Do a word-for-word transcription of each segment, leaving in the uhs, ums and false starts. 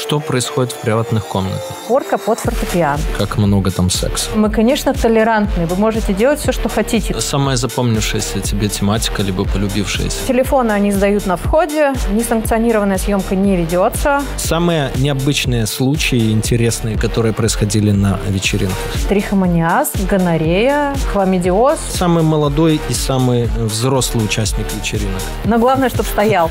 Что происходит в приватных комнатах? Порка под фортепиано. Как много там секса? Мы, конечно, толерантны. Вы можете делать все, что хотите. Самая запомнившаяся тебе тематика, либо полюбившаяся? Телефоны они сдают на входе. Несанкционированная съемка не ведется. Самые необычные случаи, интересные, которые происходили на вечеринках? Трихомониаз, гонорея, хламидиоз. Самый молодой и самый взрослый участник вечеринок? Но главное, чтобы стоял.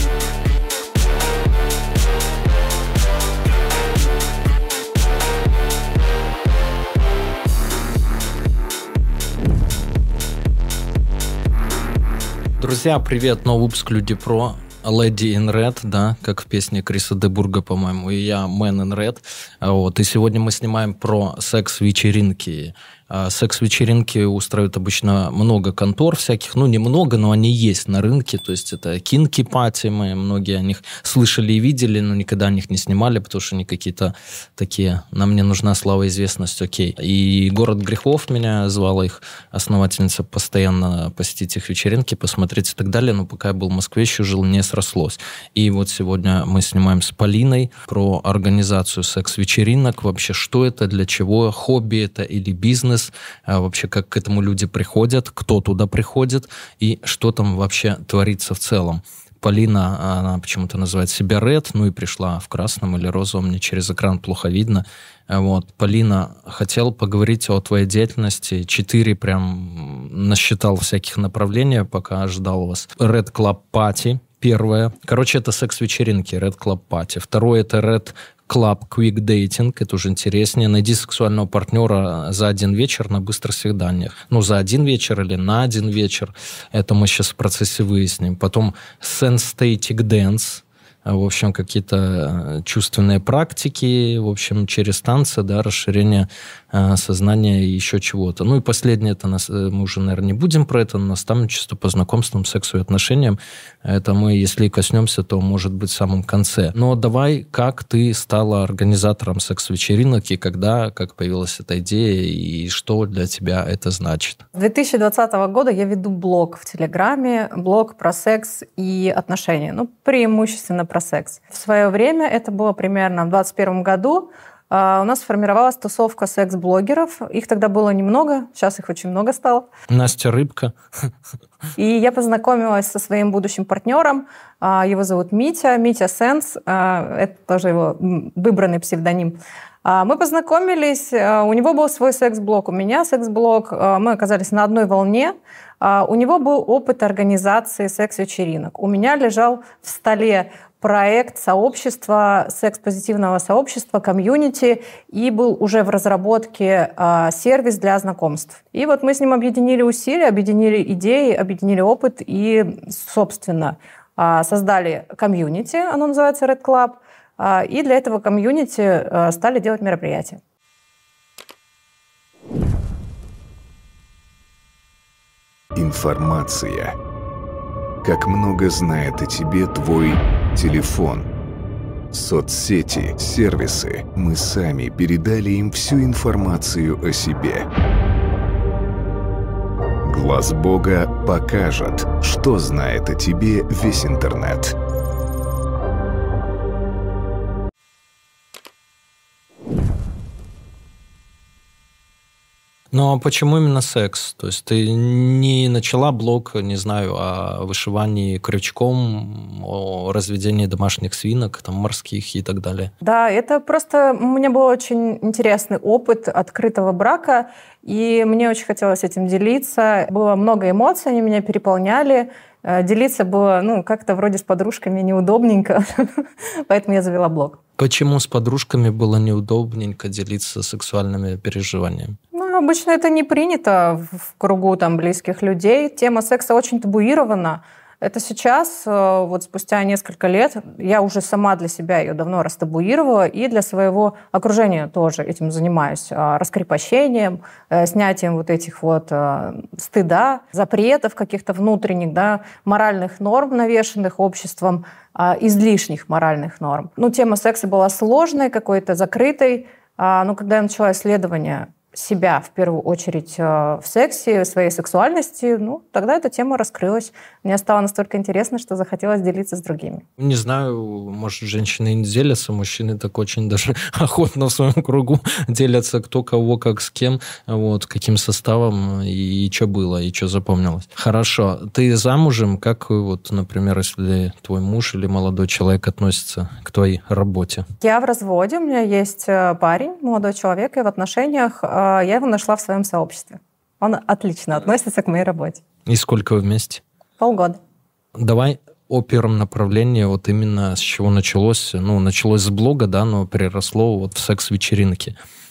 Друзья, привет! Новый выпуск Люди Про. Lady in Red, да, как в песне Криса де Бурга, по-моему, и я Man in Red. Вот, и сегодня мы снимаем про секс-вечеринки. Секс-вечеринки устраивают обычно много контор всяких, ну, немного, но они есть на рынке, то есть это кинки-пати, мы многие о них слышали и видели, но никогда о них не снимали, потому что они какие-то такие, нам не нужна слава и известность, окей. И «Город грехов» меня звала их основательница постоянно посетить их вечеринки, посмотреть и так далее, но пока я был в Москве, еще жил, не срослось. И вот сегодня мы снимаем с Полиной про организацию секс-вечеринок, вообще что это, для чего, хобби это или бизнес, вообще как к этому люди приходят, кто туда приходит и что там вообще творится в целом. Полина, она почему-то называет себя Ред, ну и пришла в красном или розовом, мне через экран плохо видно. Вот. Полина, хотел поговорить о твоей деятельности. Четыре прям насчитал всяких направлений, пока ожидал вас. Red Club Party, первое. Короче, это секс-вечеринки, Red Club Party. Второе, это Red Club Quick Dating, это уже интереснее. Найди сексуального партнера за один вечер на быстрых свиданиях. Ну, за один вечер или на один вечер. Это мы сейчас в процессе выясним. Потом Sensatic Dance. В общем, какие-то чувственные практики, в общем, через танцы, да, расширение э, сознания и еще чего-то. Ну и последнее, это нас, мы уже, наверное, не будем про это, наставничество по знакомствам, сексу и отношениям. Это мы, если и коснемся, то, может быть, в самом конце. Но давай, как ты стала организатором секс-вечеринок, и когда, как появилась эта идея, и что для тебя это значит? С две тысячи двадцатого года я веду блог в Телеграме, блог про секс и отношения. Ну, преимущественно про секс. В свое время, это было примерно в двадцать первом году, у нас сформировалась тусовка секс-блогеров. Их тогда было немного, сейчас их очень много стало. Настя Рыбка. И я познакомилась со своим будущим партнером. Его зовут Митя, Митя Сенс. Это тоже его выбранный псевдоним. Мы познакомились, у него был свой секс-блог, у меня секс-блог, мы оказались на одной волне. У него был опыт организации секс-вечеринок. У меня лежал в столе проект сообщества, секс-позитивного сообщества, комьюнити, и был уже в разработке э, сервис для знакомств. И вот мы с ним объединили усилия, объединили идеи, объединили опыт и, собственно, э, создали комьюнити, оно называется Red Club, э, и для этого комьюнити э, стали делать мероприятия. Информация. Как много знает о тебе твой телефон. Соцсети, сервисы. Мы сами передали им всю информацию о себе. Глаз Бога покажет, что знает о тебе весь интернет. Но почему именно секс? То есть ты не начала блог, не знаю, о вышивании крючком, о разведении домашних свинок, там, морских и так далее? Да, это просто у меня был очень интересный опыт открытого брака, и мне очень хотелось этим делиться. Было много эмоций, они меня переполняли. Делиться было, ну, как-то вроде с подружками неудобненько, поэтому я завела блог. Почему с подружками было неудобненько делиться сексуальными переживаниями? Ну, обычно это не принято в кругу там близких людей. Тема секса очень табуирована. Это сейчас, вот спустя несколько лет, я уже сама для себя ее давно растабуировала и для своего окружения тоже этим занимаюсь. Раскрепощением, снятием вот этих вот стыда, запретов каких-то внутренних, да, моральных норм, навешанных обществом, излишних моральных норм. Ну, тема секса была сложной, какой-то закрытой, но когда я начала исследование себя в первую очередь в сексе, в своей сексуальности, ну, тогда эта тема раскрылась. Мне стало настолько интересно, что захотелось делиться с другими. Не знаю, может, женщины не делятся, мужчины так очень даже охотно в своем кругу делятся, кто кого, как с кем, вот, каким составом, и, и что было, и что запомнилось. Хорошо. Ты замужем? Как, вот, например, если твой муж или молодой человек относится к твоей работе? Я в разводе, у меня есть парень, молодой человек, и в отношениях я его нашла в своем сообществе. Он отлично относится к моей работе. И сколько вы вместе? Полгода. Давай о первом направлении, вот именно с чего началось. Ну, началось с блога, да, но переросло вот в секс-вечеринки.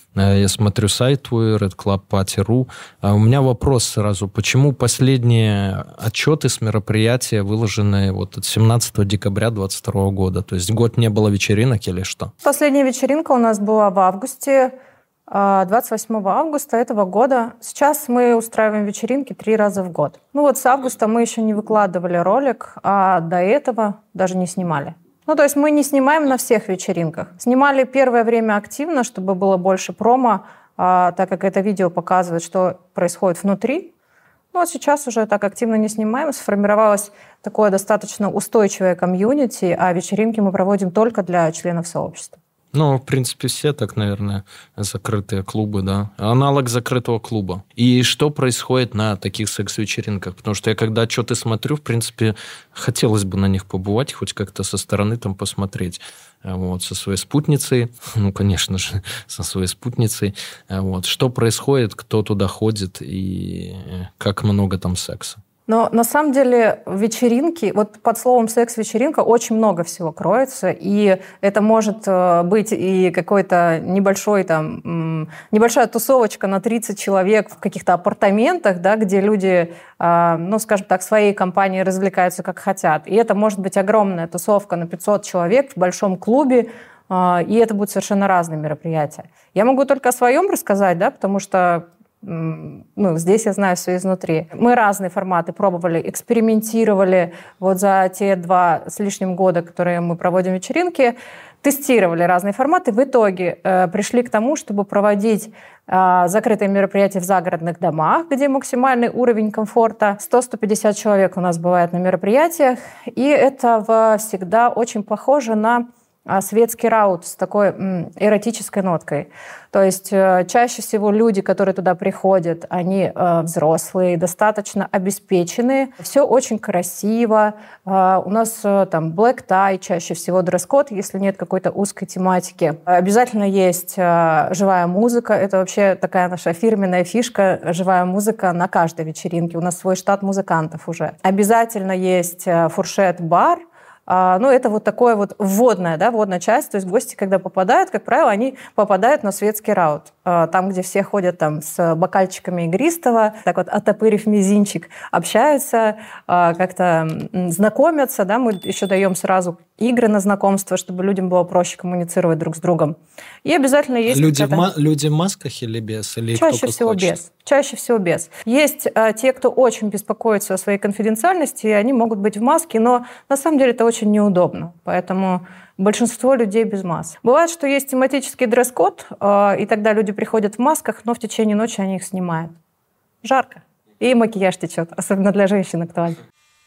Я смотрю сайт твой, red club party точка ру. А у меня вопрос сразу. Почему последние отчеты с мероприятия выложены вот от семнадцатого декабря двадцать второго года? То есть год не было вечеринок или что? Последняя вечеринка у нас была в августе, двадцать восьмого августа этого года. Сейчас мы устраиваем вечеринки три раза в год. Ну вот с августа мы еще не выкладывали ролик, а до этого даже не снимали. Ну, то есть мы не снимаем на всех вечеринках. Снимали первое время активно, чтобы было больше промо, а, так как это видео показывает, что происходит внутри. Ну, а сейчас уже так активно не снимаем. Сформировалось такое достаточно устойчивое комьюнити, а вечеринки мы проводим только для членов сообщества. Ну, в принципе, все так, наверное, закрытые клубы, да. Аналог закрытого клуба. И что происходит на таких секс-вечеринках? Потому что я когда что-то смотрю, в принципе, хотелось бы на них побывать, хоть как-то со стороны там посмотреть. Вот, со своей спутницей. Ну, конечно же, со своей спутницей. Вот. Что происходит, кто туда ходит и как много там секса? Но на самом деле вечеринки, вот под словом секс-вечеринка очень много всего кроется, и это может быть и какой-то небольшой там, небольшая тусовочка на тридцать человек в каких-то апартаментах, да, где люди, ну, скажем так, своей компанией развлекаются как хотят. И это может быть огромная тусовка на пятьсот человек в большом клубе, и это будут совершенно разные мероприятия. Я могу только о своем рассказать, да, потому что ну, здесь я знаю все изнутри. Мы разные форматы пробовали, экспериментировали вот за те два с лишним года, которые мы проводим вечеринки, тестировали разные форматы. В итоге э, пришли к тому, чтобы проводить э, закрытые мероприятия в загородных домах, где максимальный уровень комфорта. сто - сто пятьдесят человек у нас бывает на мероприятиях. И это всегда очень похоже на светский раут с такой м, эротической ноткой. То есть э, чаще всего люди, которые туда приходят, они э, взрослые, достаточно обеспеченные. Все очень красиво. Э, у нас э, там black tie, чаще всего дресс-код, если нет какой-то узкой тематики. Обязательно есть э, живая музыка. Это вообще такая наша фирменная фишка. Живая музыка на каждой вечеринке. У нас свой штат музыкантов уже. Обязательно есть э, фуршет-бар. Ну, это вот такое вот вводная, да, вводная часть. То есть гости, когда попадают, как правило, они попадают на светский раут. Там, где все ходят там с бокальчиками игристого, так вот оттопырив мизинчик, общаются, как-то знакомятся, да, мы еще даем сразу игры на знакомство, чтобы людям было проще коммуницировать друг с другом. И обязательно есть... Люди, в, ма- люди в масках или без? Или Чаще всего хочет? без. Чаще всего без. Есть а, те, кто очень беспокоится о своей конфиденциальности, и они могут быть в маске, но на самом деле это очень неудобно. Поэтому большинство людей без масок. Бывает, что есть тематический дресс-код, а, и тогда люди приходят в масках, но в течение ночи они их снимают. Жарко. И макияж течет, особенно для женщин актуально.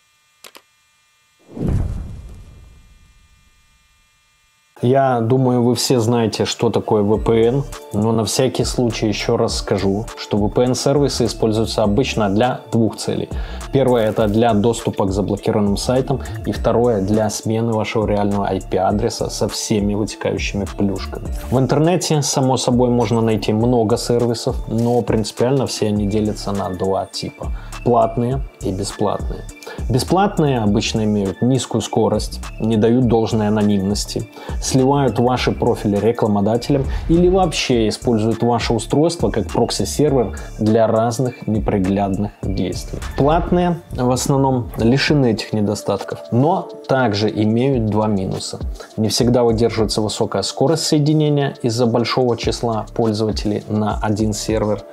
Я думаю, вы все знаете, что такое ви пи эн, но на всякий случай еще раз скажу, что ви пи эн-сервисы используются обычно для двух целей. Первое – это для доступа к заблокированным сайтам, и второе – для смены вашего реального ай пи-адреса со всеми вытекающими плюшками. В интернете, само собой, можно найти много сервисов, но принципиально все они делятся на два типа – платные и бесплатные. Бесплатные обычно имеют низкую скорость, не дают должной анонимности, сливают ваши профили рекламодателям или вообще используют ваше устройство как прокси-сервер для разных неприглядных действий. Платные в основном лишены этих недостатков, но также имеют два минуса. Не всегда выдерживается высокая скорость соединения из-за большого числа пользователей на один сервер.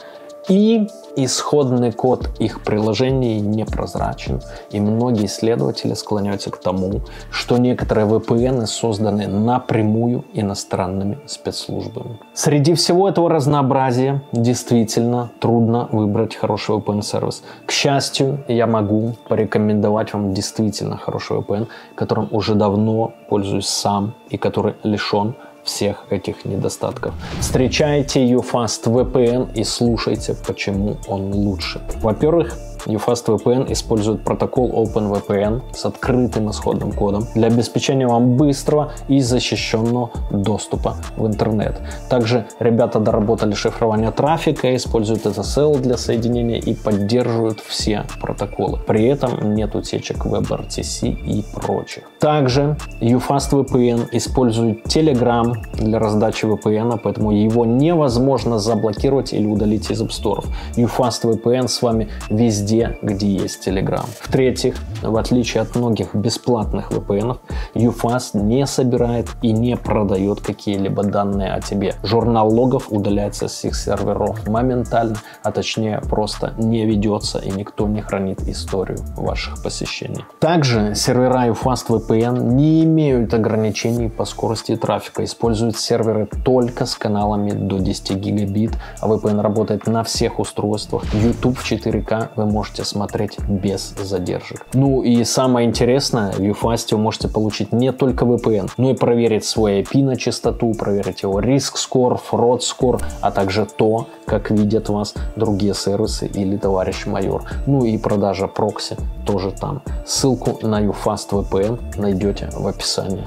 И исходный код их приложений непрозрачен. И многие исследователи склоняются к тому, что некоторые ви пи эн созданы напрямую иностранными спецслужбами. Среди всего этого разнообразия действительно трудно выбрать хороший ви пи эн-сервис. К счастью, я могу порекомендовать вам действительно хороший ви пи эн, которым уже давно пользуюсь сам и который лишен всех этих недостатков. Встречайте YouFast ви пи эн и слушайте, почему он лучше. Во-первых, YouFast ви пи эн использует протокол OpenVPN с открытым исходным кодом для обеспечения вам быстрого и защищенного доступа в интернет. Также ребята доработали шифрование трафика, используют эс эс эл для соединения и поддерживают все протоколы. При этом нет утечек WebRTC и прочих. Также YouFast ви пи эн использует Telegram для раздачи ви пи эн, поэтому его невозможно заблокировать или удалить из App Store. YouFast ви пи эн с вами везде, где есть Telegram. В-третьих, в отличие от многих бесплатных ви пи эн, YouFast не собирает и не продает какие-либо данные о тебе. Журнал логов удаляется с их серверов моментально, а точнее просто не ведется, и никто не хранит историю ваших посещений. Также сервера YouFast ви пи эн не имеют ограничений по скорости трафика, используют серверы только с каналами до десяти гигабит, а ви пи эн работает на всех устройствах. YouTube в четыре ка вы можете смотреть без задержек. Ну и самое интересное, в YouFast вы можете получить не только ви пи эн, но и проверить свой ай пи на чистоту, проверить его риск скор, фрод скор, а также то, как видят вас другие сервисы или товарищ майор. Ну и продажа прокси тоже там. Ссылку на YouFast ви пи эн найдете в описании.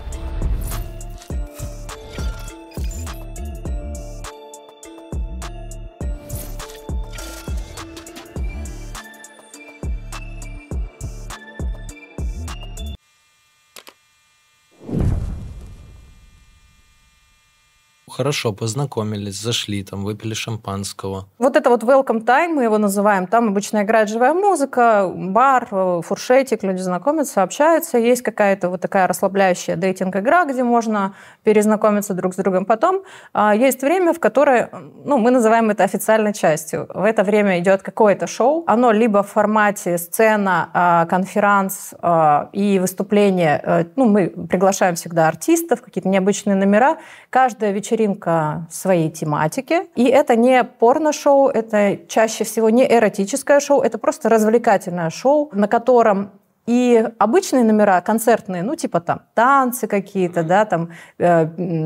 Хорошо, познакомились, зашли, там, выпили шампанского. Вот это вот welcome time, мы его называем. Там обычно играет живая музыка, бар, фуршетик, люди знакомятся, общаются. Есть какая-то вот такая расслабляющая дейтинг-игра, где можно перезнакомиться друг с другом. Потом а, есть время, в которое, ну, мы называем это официальной частью. В это время идет какое-то шоу. Оно либо в формате сцена, а, конферанс а, и выступление. А, ну, мы приглашаем всегда артистов, какие-то необычные номера. Каждая вечеринка своей тематики. И это не порно-шоу, это чаще всего не эротическое шоу, это просто развлекательное шоу, на котором и обычные номера, концертные, ну, типа там танцы какие-то, да, там, э,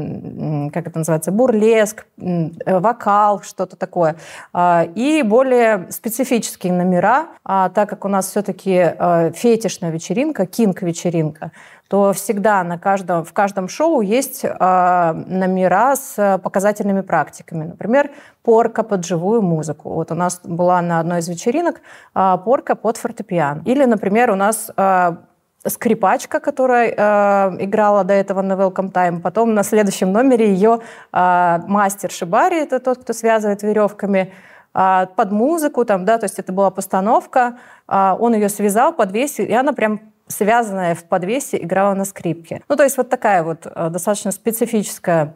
как это называется, бурлеск, э, вокал, что-то такое. Э, и более специфические номера, э, так как у нас все-таки э, фетишная вечеринка, кинг-вечеринка, то всегда на каждом, в каждом шоу есть э, номера с показательными практиками. Например, порка под живую музыку. Вот у нас была на одной из вечеринок э, порка под фортепиано. Или, например, у нас э, скрипачка, которая э, играла до этого на Welcome Time. Потом на следующем номере ее э, мастер шибари, это тот, кто связывает веревками, э, под музыку, там, да, то есть это была постановка. Э, он ее связал, подвесил, и она прям связанная в подвесе, играла на скрипке. Ну, то есть вот такая вот э, достаточно специфическая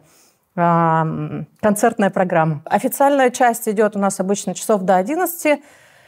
э, концертная программа. Официальная часть идет у нас обычно часов до одиннадцати,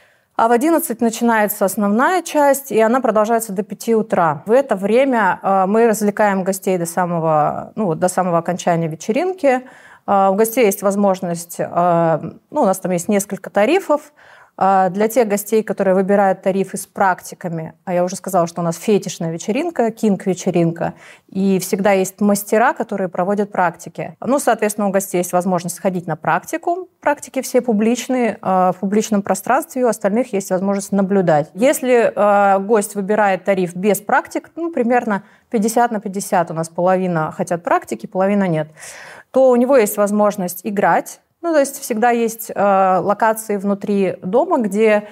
а в одиннадцать начинается основная часть, и она продолжается до пяти утра. В это время э, мы развлекаем гостей до самого, ну, до самого окончания вечеринки. Э, у гостей есть возможность, э, ну, у нас там есть несколько тарифов. Для тех гостей, которые выбирают тарифы с практиками, а я уже сказала, что у нас фетишная вечеринка, кинг-вечеринка, и всегда есть мастера, которые проводят практики. Ну, соответственно, у гостей есть возможность сходить на практику. Практики все публичные, в публичном пространстве, у остальных есть возможность наблюдать. Если гость выбирает тариф без практик, ну, примерно пятьдесят на пятьдесят, у нас половина хотят практики, половина нет, то у него есть возможность играть. Ну, то есть всегда есть э, локации внутри дома, где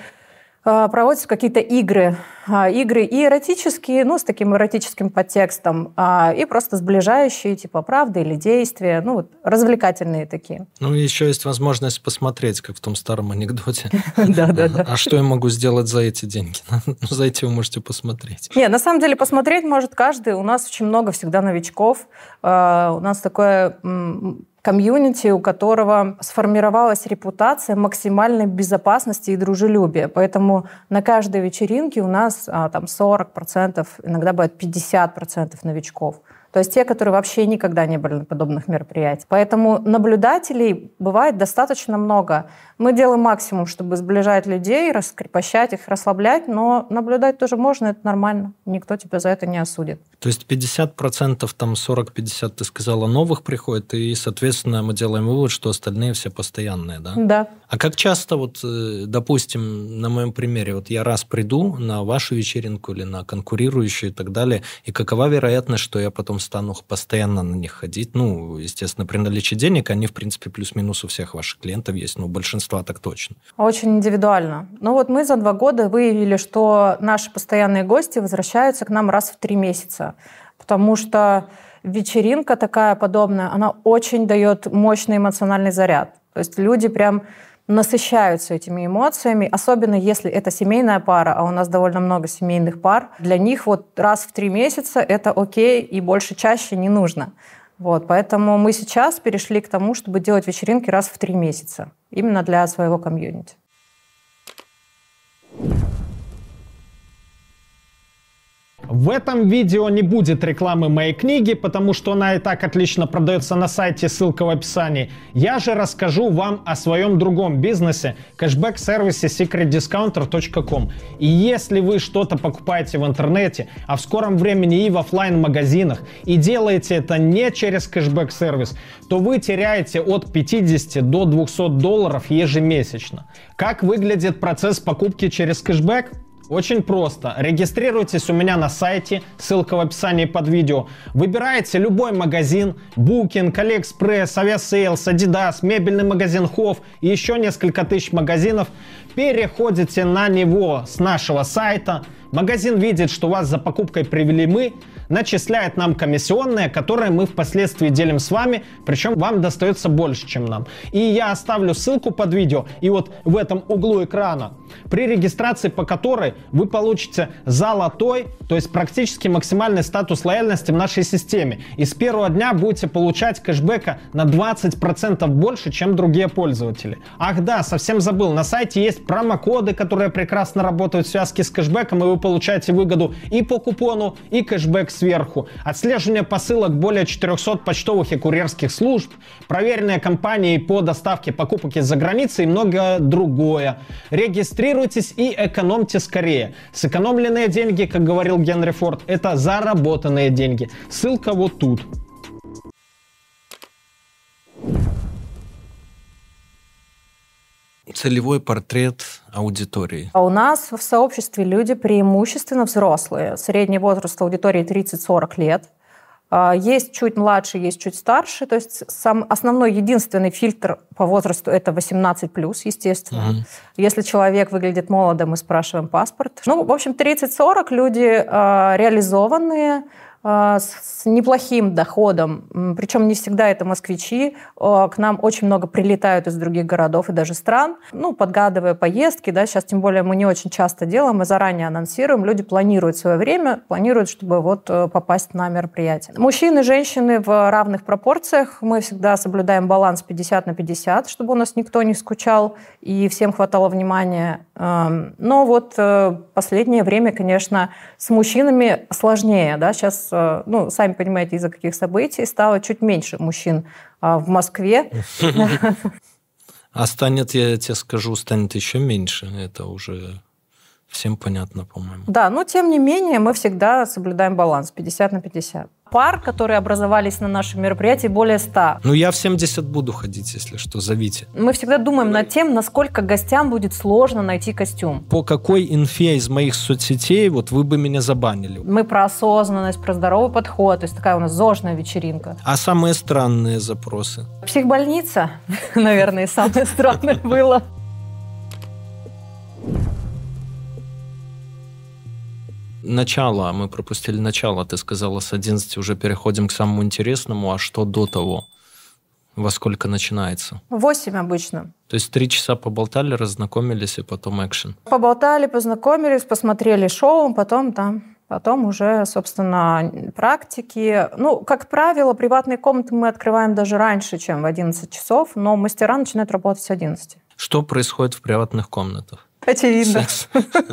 э, проводятся какие-то игры. Э, игры и эротические, ну, с таким эротическим подтекстом, э, и просто сближающие, типа правда или действия, ну, вот развлекательные такие. Ну, и еще есть возможность посмотреть, как в том старом анекдоте. Да-да-да. А что я могу сделать за эти деньги? За эти вы можете посмотреть. Не, на самом деле посмотреть может каждый. У нас очень много всегда новичков. У нас такое... комьюнити, у которого сформировалась репутация максимальной безопасности и дружелюбия. Поэтому на каждой вечеринке у нас а, там сорок процентов, иногда бывает пятьдесят процентов новичков. То есть те, которые вообще никогда не были на подобных мероприятиях. Поэтому наблюдателей бывает достаточно много. Мы делаем максимум, чтобы сближать людей, раскрепощать их, расслаблять, но наблюдать тоже можно, это нормально. Никто тебя за это не осудит. То есть пятьдесят процентов, там сорок-пятьдесят, ты сказала, новых приходит, и, соответственно, мы делаем вывод, что остальные все постоянные, да? Да. А как часто, вот, допустим, на моем примере, вот я раз приду на вашу вечеринку или на конкурирующую и так далее, и какова вероятность, что я потом стану постоянно на них ходить? Ну, естественно, при наличии денег они, в принципе, плюс-минус у всех ваших клиентов есть, но у большинства так точно. Очень индивидуально. Ну вот мы за два года выявили, что наши постоянные гости возвращаются к нам раз в три месяца, потому что вечеринка такая подобная, она очень дает мощный эмоциональный заряд. То есть люди прям насыщаются этими эмоциями, особенно если это семейная пара, а у нас довольно много семейных пар. Для них вот раз в три месяца это окей, и больше чаще не нужно. Вот, поэтому мы сейчас перешли к тому, чтобы делать вечеринки раз в три месяца, именно для своего комьюнити. В этом видео не будет рекламы моей книги, потому что она и так отлично продается на сайте, ссылка в описании. Я же расскажу вам о своем другом бизнесе, кэшбэк-сервисе секрет дискаунтер точка ком. И если вы что-то покупаете в интернете, а в скором времени и в офлайн-магазинах, и делаете это не через кэшбэк-сервис, то вы теряете от пятидесяти до двухсот долларов ежемесячно. Как выглядит процесс покупки через кэшбэк? Очень просто. Регистрируйтесь у меня на сайте, ссылка в описании под видео. Выбираете любой магазин, Booking, AliExpress, Aviasales, Adidas, мебельный магазин Hof и еще несколько тысяч магазинов. Переходите на него с нашего сайта. Магазин видит, что вас за покупкой привели мы, начисляет нам комиссионные, которые мы впоследствии делим с вами, причем вам достается больше, чем нам. И я оставлю ссылку под видео, и вот в этом углу экрана, при регистрации по которой вы получите золотой, то есть практически максимальный статус лояльности в нашей системе. И с первого дня будете получать кэшбэка на двадцать процентов больше, чем другие пользователи. Ах да, совсем забыл, на сайте есть промокоды, которые прекрасно работают в связке с кэшбэком, и вы получаете выгоду и по купону, и кэшбэк сверху. Отслеживание посылок более четырехсот почтовых и курьерских служб, проверенные компании по доставке покупок из-за границы и многое другое. Регистрируйтесь и экономьте скорее. Сэкономленные деньги, как говорил Генри Форд, это заработанные деньги. Ссылка вот тут. Целевой портрет аудитории. А у нас в сообществе люди преимущественно взрослые. Средний возраст аудитории тридцать-сорок лет. Есть чуть младше, есть чуть старше. То есть сам основной, единственный фильтр по возрасту – это восемнадцать плюс, естественно. Угу. Если человек выглядит молодо, мы спрашиваем паспорт. Ну, в общем, тридцать-сорок люди э, реализованные, э, с неплохим доходом. Причем не всегда это москвичи. Э, к нам очень много прилетают из других городов и даже стран. Ну, подгадывая поездки, да, сейчас тем более мы не очень часто делаем, мы заранее анонсируем. Люди планируют свое время, планируют, чтобы вот попасть на мероприятие. Мужчины и женщины в равных пропорциях. Мы всегда соблюдаем баланс пятьдесят на пятьдесят, чтобы у нас никто не скучал и всем хватало внимания. Но вот последнее время, конечно, с мужчинами сложнее. Да? Сейчас, ну, сами понимаете, из-за каких событий стало чуть меньше мужчин в Москве. А станет, я тебе скажу, станет еще меньше. Это уже всем понятно, по-моему. Да, но тем не менее мы всегда соблюдаем баланс пятьдесят на пятьдесят. Пар, которые образовались на нашем мероприятии, более ста. Ну, я в семьдесят буду ходить, если что, зовите. Мы всегда думаем над тем, насколько гостям будет сложно найти костюм. По какой инфе из моих соцсетей вот вы бы меня забанили? Мы про осознанность, про здоровый подход. То есть такая у нас зожная вечеринка. А самые странные запросы? Психбольница, наверное, самое странное было. Начало, мы пропустили начало, ты сказала, с одиннадцати уже переходим к самому интересному, а что до того? Во сколько начинается? Восемь обычно. То есть три часа поболтали, разнакомились, и потом экшен? Поболтали, познакомились, посмотрели шоу, потом там Потом уже, собственно, практики. Ну, как правило, приватные комнаты мы открываем даже раньше, чем в одиннадцать часов, но мастера начинают работать с одиннадцати. Что происходит в приватных комнатах? Очевидно. Секс.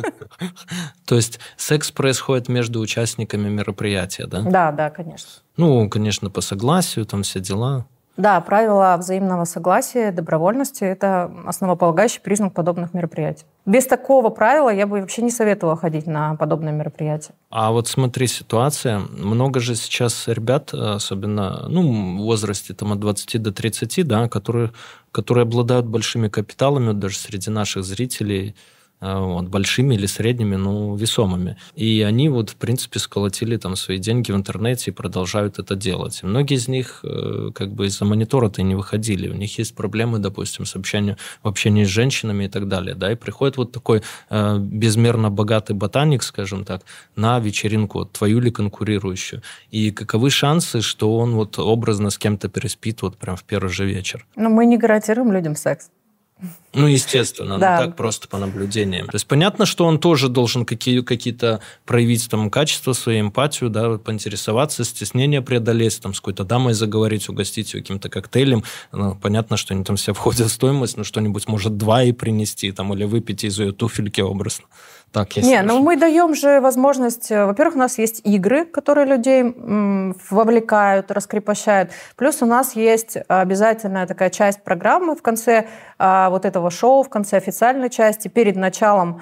То есть секс происходит между участниками мероприятия, да? Да, да, конечно. Ну, конечно, по согласию, там все дела. Да, правила взаимного согласия, добровольности – это основополагающий признак подобных мероприятий. Без такого правила я бы вообще не советовала ходить на подобные мероприятия. А вот смотри, ситуация. Много же сейчас ребят, особенно ну, в возрасте там, от двадцати до тридцати, да, которые, которые обладают большими капиталами, вот даже среди наших зрителей, вот, большими или средними, ну, весомыми. И они вот, в принципе, сколотили там свои деньги в интернете и продолжают это делать. И многие из них как бы из-за монитора-то и не выходили. У них есть проблемы, допустим, с общением, в общении с женщинами и так далее. Да? И приходит вот такой э, безмерно богатый ботаник, скажем так, на вечеринку, вот, твою или конкурирующую. И каковы шансы, что он вот образно с кем-то переспит вот прям в первый же вечер? Но мы не гарантируем людям секс. Ну, естественно, да. ну, так просто по наблюдениям. То есть понятно, что он тоже должен какие- какие-то проявить там качества, свою эмпатию, да, поинтересоваться, стеснение преодолеть, там, с какой-то дамой заговорить, угостить ее каким-то коктейлем. Ну, понятно, что они там все входят в стоимость, но что-нибудь может два и принести, там, или выпить из ее туфельки образно. Так, Не, ну мы даем же возможность... Во-первых, у нас есть игры, которые людей м, вовлекают, раскрепощают. Плюс у нас есть обязательная такая часть программы в конце а, вот этого шоу, в конце официальной части, перед началом,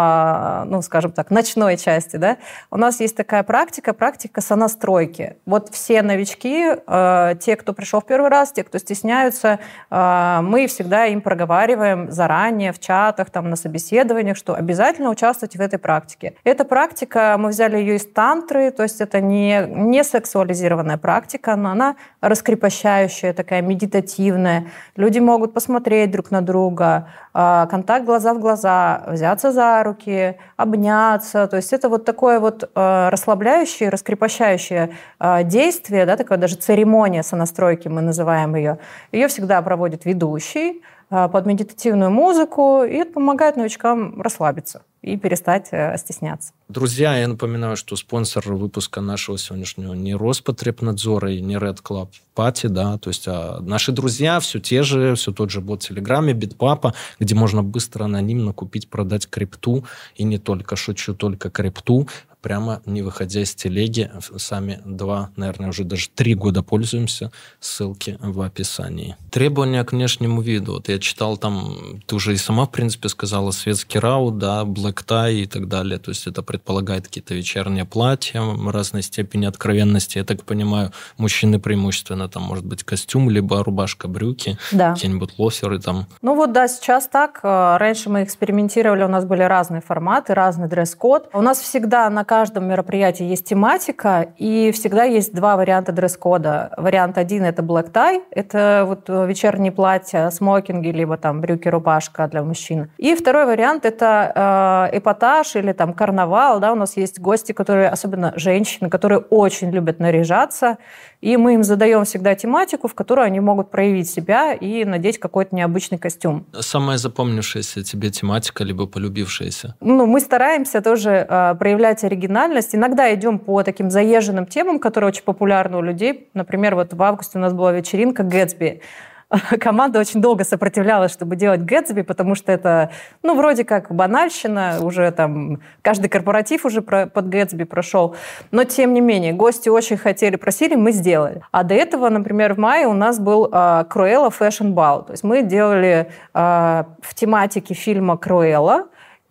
а, ну, скажем так, ночной части, да, у нас есть такая практика, практика сонастройки. Вот все новички, а, те, кто пришел в первый раз, те, кто стесняются, а, мы всегда им проговариваем заранее в чатах, там, на собеседованиях, что обязательно участвовать в этой практике. Эта практика, мы взяли ее из тантры, то есть это не, не сексуализированная практика, но она раскрепощающая, такая медитативная. Люди могут посмотреть друг на друга, контакт глаза в глаза, взяться за руки, обняться. То есть это вот такое вот расслабляющее, раскрепощающее действие, да, такая даже церемония сонастройки, мы называем ее. Ее всегда проводит ведущий под медитативную музыку, и это помогает новичкам расслабиться и перестать стесняться. Друзья, я напоминаю, что спонсор выпуска нашего сегодняшнего не Роспотребнадзора и не Red Club Party, да, то есть а наши друзья все те же, все тот же бот в Телеграме, Bitpapa, где можно быстро, анонимно купить, продать крипту, и не только, шучу, только крипту, прямо не выходя из телеги. Сами два, наверное, уже даже три года пользуемся. Ссылки в описании. Требования к внешнему виду. Вот я читал там, ты уже и сама, в принципе, сказала, светский раут, да, black tie и так далее. То есть это предполагает какие-то вечерние платья разной степени откровенности. Я так понимаю, мужчины преимущественно там может быть костюм, либо рубашка, брюки, да. Какие-нибудь лоферы там. Ну вот да, сейчас так. Раньше мы экспериментировали, у нас были разные форматы, разный дресс-код. У нас всегда на В каждом мероприятии есть тематика, и всегда есть два варианта дресс-кода. Вариант один – это black tie, это вот вечерние платья, смокинги, либо там брюки, рубашка для мужчин. И второй вариант – это э, эпатаж или там карнавал. Да, у нас есть гости, которые, особенно женщины, которые очень любят наряжаться, и мы им задаем всегда тематику, в которой они могут проявить себя и надеть какой-то необычный костюм. Самая запомнившаяся тебе тематика, либо полюбившаяся? Ну, мы стараемся тоже э, проявлять оригинальность. Иногда идем по таким заезженным темам, которые очень популярны у людей. Например, вот в августе у нас была вечеринка Гэтсби. Команда очень долго сопротивлялась, чтобы делать Гэтсби, потому что это, ну, вроде как банальщина, уже там каждый корпоратив уже про, под Гэтсби прошел. Но, тем не менее, гости очень хотели, просили, мы сделали. А до этого, например, в мае у нас был э, Круэлла Fashion Ball. То есть мы делали э, в тематике фильма Круэлла,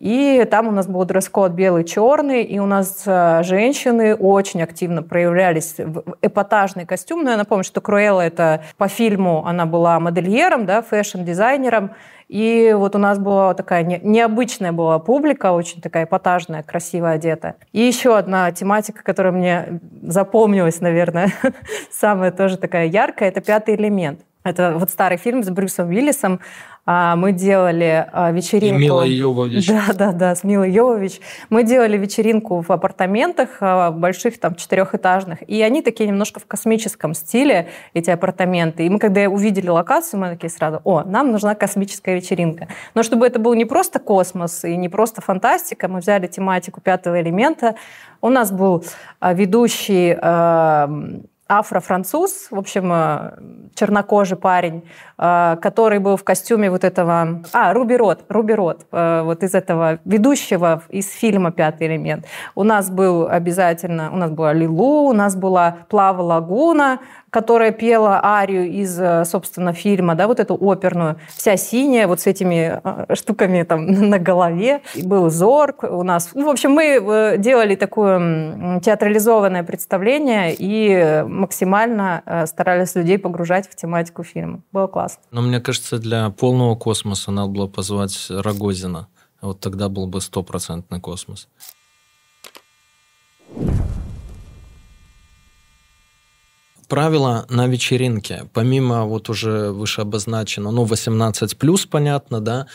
и там у нас был дресс-код белый-черный, и у нас женщины очень активно проявлялись в эпатажный костюм. Но я напомню, что Круэлла — это по фильму, она была модельером, да, фэшн-дизайнером. И вот у нас была такая не, необычная была публика, очень такая эпатажная, красиво одетая. И еще одна тематика, которая мне запомнилась, наверное, самая тоже такая яркая, это «Пятый элемент». Это вот старый фильм с Брюсом Уиллисом. Мы делали вечеринку... И Мила Йовович. Да, да, да, с Милой Йовович. Мы делали вечеринку в апартаментах больших, там, четырехэтажных, и они такие немножко в космическом стиле, эти апартаменты. И мы, когда увидели локацию, мы такие сразу: о, нам нужна космическая вечеринка. Но чтобы это был не просто космос и не просто фантастика, мы взяли тематику «Пятого элемента». У нас был ведущий... афро-француз, в общем, чернокожий парень, который был в костюме вот этого... А, Руби Рот, Руби Рот, вот из этого ведущего из фильма «Пятый элемент». У нас был обязательно... У нас была Лилу, у нас была Плава Лагуна, которая пела арию из, собственно, фильма, да, вот эту оперную, вся синяя, вот с этими штуками там на голове. И был Зорг у нас. Ну, в общем, мы делали такое театрализованное представление и максимально старались людей погружать в тематику фильма. Было классно. Но мне кажется, для полного космоса надо было позвать Рогозина. Вот тогда был бы стопроцентный космос. Правила на вечеринке, помимо вот уже выше обозначено, ну, восемнадцать плюс, понятно, да,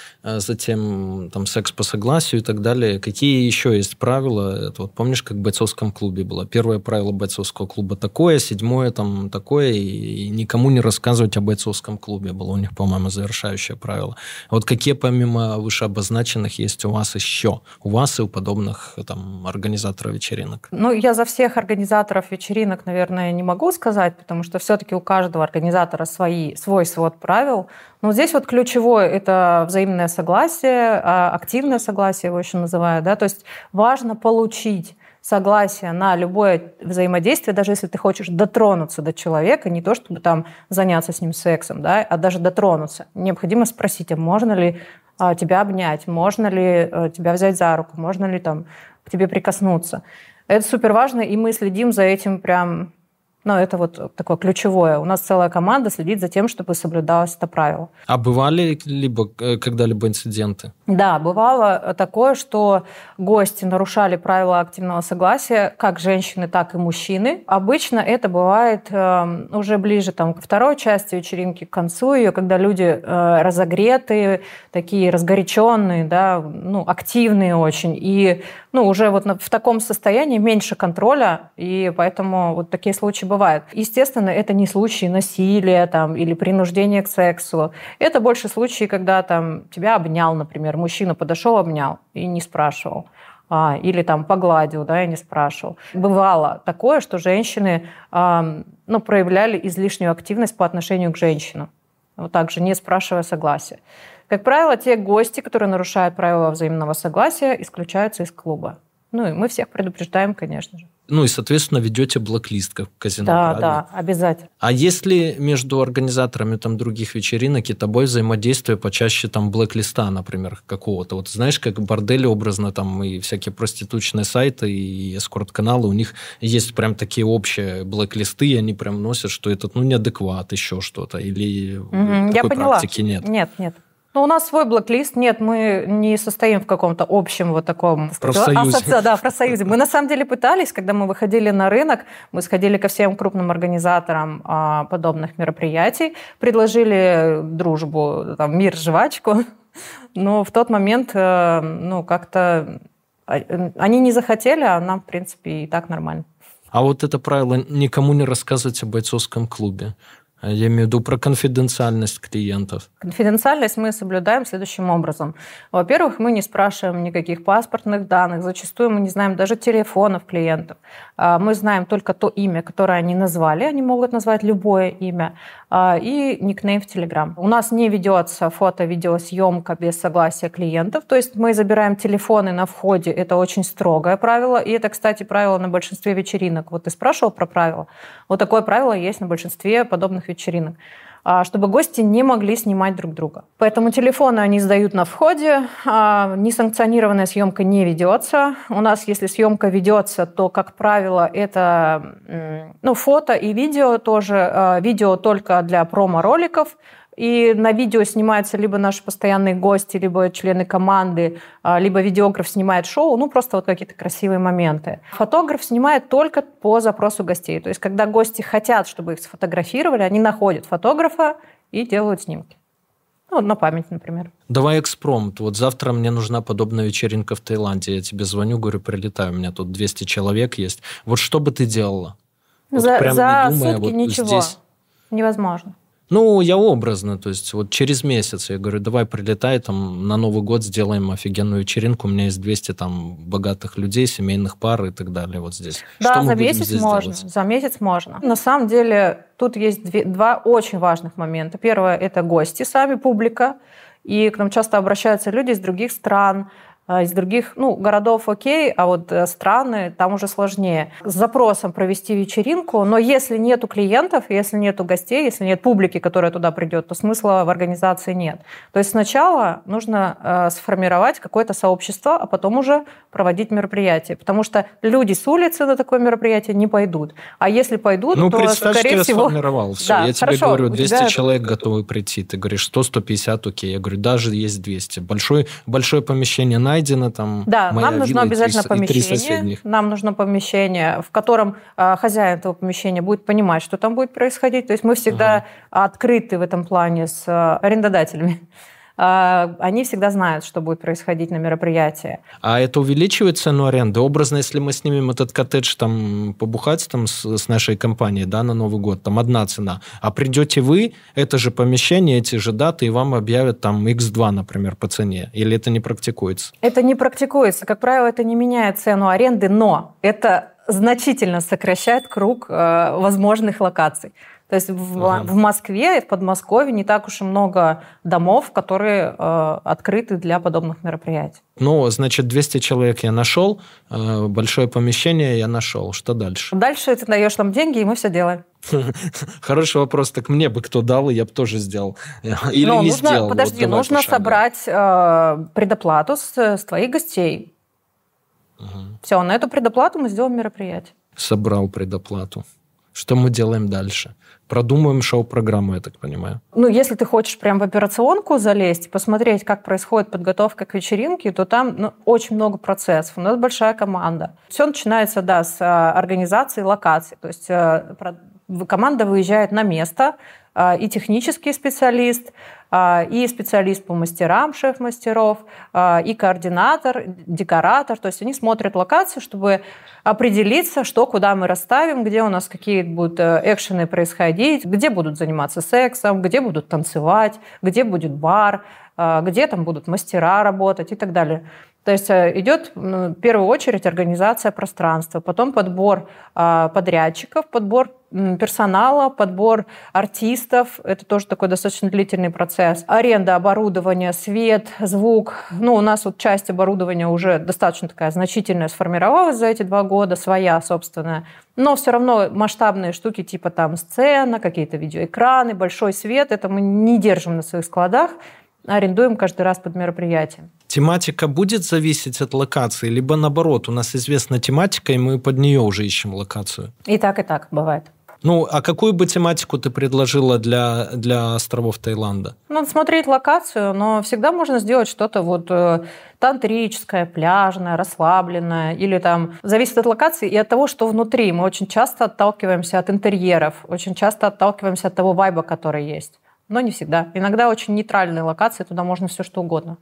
затем там секс по согласию и так далее. Какие еще есть правила? Это вот помнишь, как в бойцовском клубе было? Первое правило бойцовского клуба такое, седьмое там такое, и никому не рассказывать о бойцовском клубе было у них, по-моему, завершающее правило. Вот какие помимо выше обозначенных есть у вас еще? У вас и у подобных там организаторов вечеринок? Ну, я за всех организаторов вечеринок, наверное, не могу сказать, потому что все-таки у каждого организатора свои, свой свод правил. Но здесь вот ключевое – это взаимное согласие, активное согласие его еще называют. Да? То есть важно получить согласие на любое взаимодействие, даже если ты хочешь дотронуться до человека, не то чтобы там заняться с ним сексом, да, а даже дотронуться. Необходимо спросить, а можно ли тебя обнять, можно ли тебя взять за руку, можно ли там к тебе прикоснуться. Это супер важно, и мы следим за этим прям... Но это вот такое ключевое. У нас целая команда следит за тем, чтобы соблюдалось это правило. А бывали либо, когда-либо инциденты? Да, бывало такое, что гости нарушали правила активного согласия, как женщины, так и мужчины. Обычно это бывает э, уже ближе там, ко второй части вечеринки, к концу ее, когда люди э, разогретые, такие разгоряченные, да, ну, активные очень. И ну, уже вот в таком состоянии меньше контроля, и поэтому вот такие случаи бывают. Естественно, это не случаи насилия там, или принуждения к сексу. Это больше случаи, когда там, тебя обнял, например, мужчина подошел, обнял и не спрашивал. А, или там погладил, да, и не спрашивал. Бывало такое, что женщины э, ну, проявляли излишнюю активность по отношению к женщинам, вот так же не спрашивая согласия. Как правило, те гости, которые нарушают правила взаимного согласия, исключаются из клуба. Ну и мы всех предупреждаем, конечно же. Ну и, соответственно, ведете блэк-лист, как в казино, да, правильно? Да, обязательно. А если между организаторами там, других вечеринок и тобой взаимодействие почаще там блэк-листа, например, какого-то? Вот знаешь, как бордели образно там и всякие проституточные сайты и эскорт-каналы, у них есть прям такие общие блэк-листы, и они прям носят, что этот, ну, неадекват, еще что-то, или угу, такой я поняла. практики нет? Нет, нет. Ну, у нас свой блэк-лист, нет, мы не состоим в каком-то общем вот таком... Профсоюзе. Асоци... Да, в профсоюзе. Мы на самом деле пытались, когда мы выходили на рынок, мы сходили ко всем крупным организаторам а, подобных мероприятий, предложили дружбу, там, мир, жвачку, но в тот момент, ну, как-то они не захотели, а нам, в принципе, и так нормально. А вот это правило никому не рассказывать о бойцовском клубе. Я имею в виду про конфиденциальность клиентов. Конфиденциальность мы соблюдаем следующим образом. Во-первых, мы не спрашиваем никаких паспортных данных. Зачастую мы не знаем даже телефонов клиентов. Мы знаем только то имя, которое они назвали. Они могут назвать любое имя. И никнейм в Telegram. У нас не ведется фото-видеосъемка без согласия клиентов. То есть мы забираем телефоны на входе. Это очень строгое правило. И это, кстати, правило на большинстве вечеринок. Вот ты спрашивал про правила. Вот такое правило есть на большинстве подобных вечеринок, чтобы гости не могли снимать друг друга. Поэтому телефоны они сдают на входе, несанкционированная съемка не ведется. У нас, если съемка ведется, то, как правило, это ну, фото и видео тоже. Видео только для промо-роликов. И на видео снимаются либо наши постоянные гости, либо члены команды, либо видеограф снимает шоу, ну, просто вот какие-то красивые моменты. Фотограф снимает только по запросу гостей. То есть, когда гости хотят, чтобы их сфотографировали, они находят фотографа и делают снимки. Ну, на память, например. Давай экспромт. Вот завтра мне нужна подобная вечеринка в Таиланде. Я тебе звоню, говорю, прилетаю, у меня тут двести человек есть. Вот что бы ты делала? Вот за прям за не думая, сутки вот ничего. здесь... Невозможно. Ну, я образно, то есть вот через месяц я говорю, давай прилетай, там на Новый год сделаем офигенную вечеринку, у меня есть двести там богатых людей, семейных пар и так далее вот здесь. Да, что за месяц можно, делать? За месяц можно. На самом деле тут есть две, два очень важных момента. Первое – это гости сами, публика, и к нам часто обращаются люди из других стран, из других, ну, городов окей, а вот страны, там уже сложнее. С запросом провести вечеринку, но если нету клиентов, если нету гостей, если нет публики, которая туда придет, то смысла в организации нет. То есть сначала нужно э, сформировать какое-то сообщество, а потом уже проводить мероприятие. Потому что люди с улицы на такое мероприятие не пойдут. А если пойдут, ну, то, представь, скорее что я всего... сформировал. Все. Да, я хорошо, тебе говорю, двести тебя... человек готовы прийти. Ты говоришь, сто - сто пятьдесят, окей. Я говорю, даже есть двести. Большое, большое помещение найдено. Там да, нам нужно обязательно три, помещение. Нам нужно помещение, в котором э, хозяин этого помещения будет понимать, что там будет происходить. То есть мы всегда ага. открыты в этом плане с э, арендодателями. Э, они всегда знают, что будет происходить на мероприятии. А это увеличивает цену аренды? Образно, если мы снимем этот коттедж там побухать там, с, с нашей компанией, да, на Новый год, там одна цена. А придете вы, это же помещение, эти же даты, и вам объявят там икс два, например, по цене. Или это не практикуется? Это не практикуется. Как правило, это не меняет цену аренды, но это значительно сокращает круг э, возможных локаций. То есть в, ага. в Москве и в Подмосковье не так уж и много домов, которые э, открыты для подобных мероприятий. Ну, значит, двести человек я нашел, э, большое помещение я нашел. Что дальше? Дальше ты даешь нам деньги, и мы все делаем. Хороший вопрос. Так мне бы кто дал, и я бы тоже сделал. Или Но не нужно, сделал. Подожди, вот нужно собрать э, предоплату с, с твоих гостей. Угу. Все, на эту предоплату мы сделаем мероприятие. Собрал предоплату. Что мы делаем дальше? Продумаем шоу-программу, я так понимаю. Ну, если ты хочешь прям в операционку залезть, посмотреть, как происходит подготовка к вечеринке, то там ну, очень много процессов. У нас большая команда. Все начинается, да, с организации локаций. То есть команда выезжает на место, и технический специалист, и специалист по мастерам, шеф-мастеров, и координатор, декоратор. То есть они смотрят локацию, чтобы определиться, что, куда мы расставим, где у нас какие будут экшены происходить, где будут заниматься сексом, где будут танцевать, где будет бар, где там будут мастера работать и так далее. То есть идет в первую очередь организация пространства, потом подбор подрядчиков, подбор персонала, подбор артистов. Это тоже такой достаточно длительный процесс. Аренда оборудования, свет, звук. Ну, у нас вот часть оборудования уже достаточно такая значительная сформировалась за эти два года, своя собственная. Но все равно масштабные штуки типа там сцена, какие-то видеоэкраны, большой свет, это мы не держим на своих складах, арендуем каждый раз под мероприятие. Тематика будет зависеть от локации, либо наоборот, у нас известна тематика, и мы под нее уже ищем локацию? И так, и так бывает. Ну, а какую бы тематику ты предложила для, для островов Таиланда? Надо смотреть локацию, но всегда можно сделать что-то вот э, тантрическое, пляжное, расслабленное, или там зависит от локации и от того, что внутри. Мы очень часто отталкиваемся от интерьеров, очень часто отталкиваемся от того вайба, который есть. Но не всегда. Иногда очень нейтральные локации, туда можно все что угодно.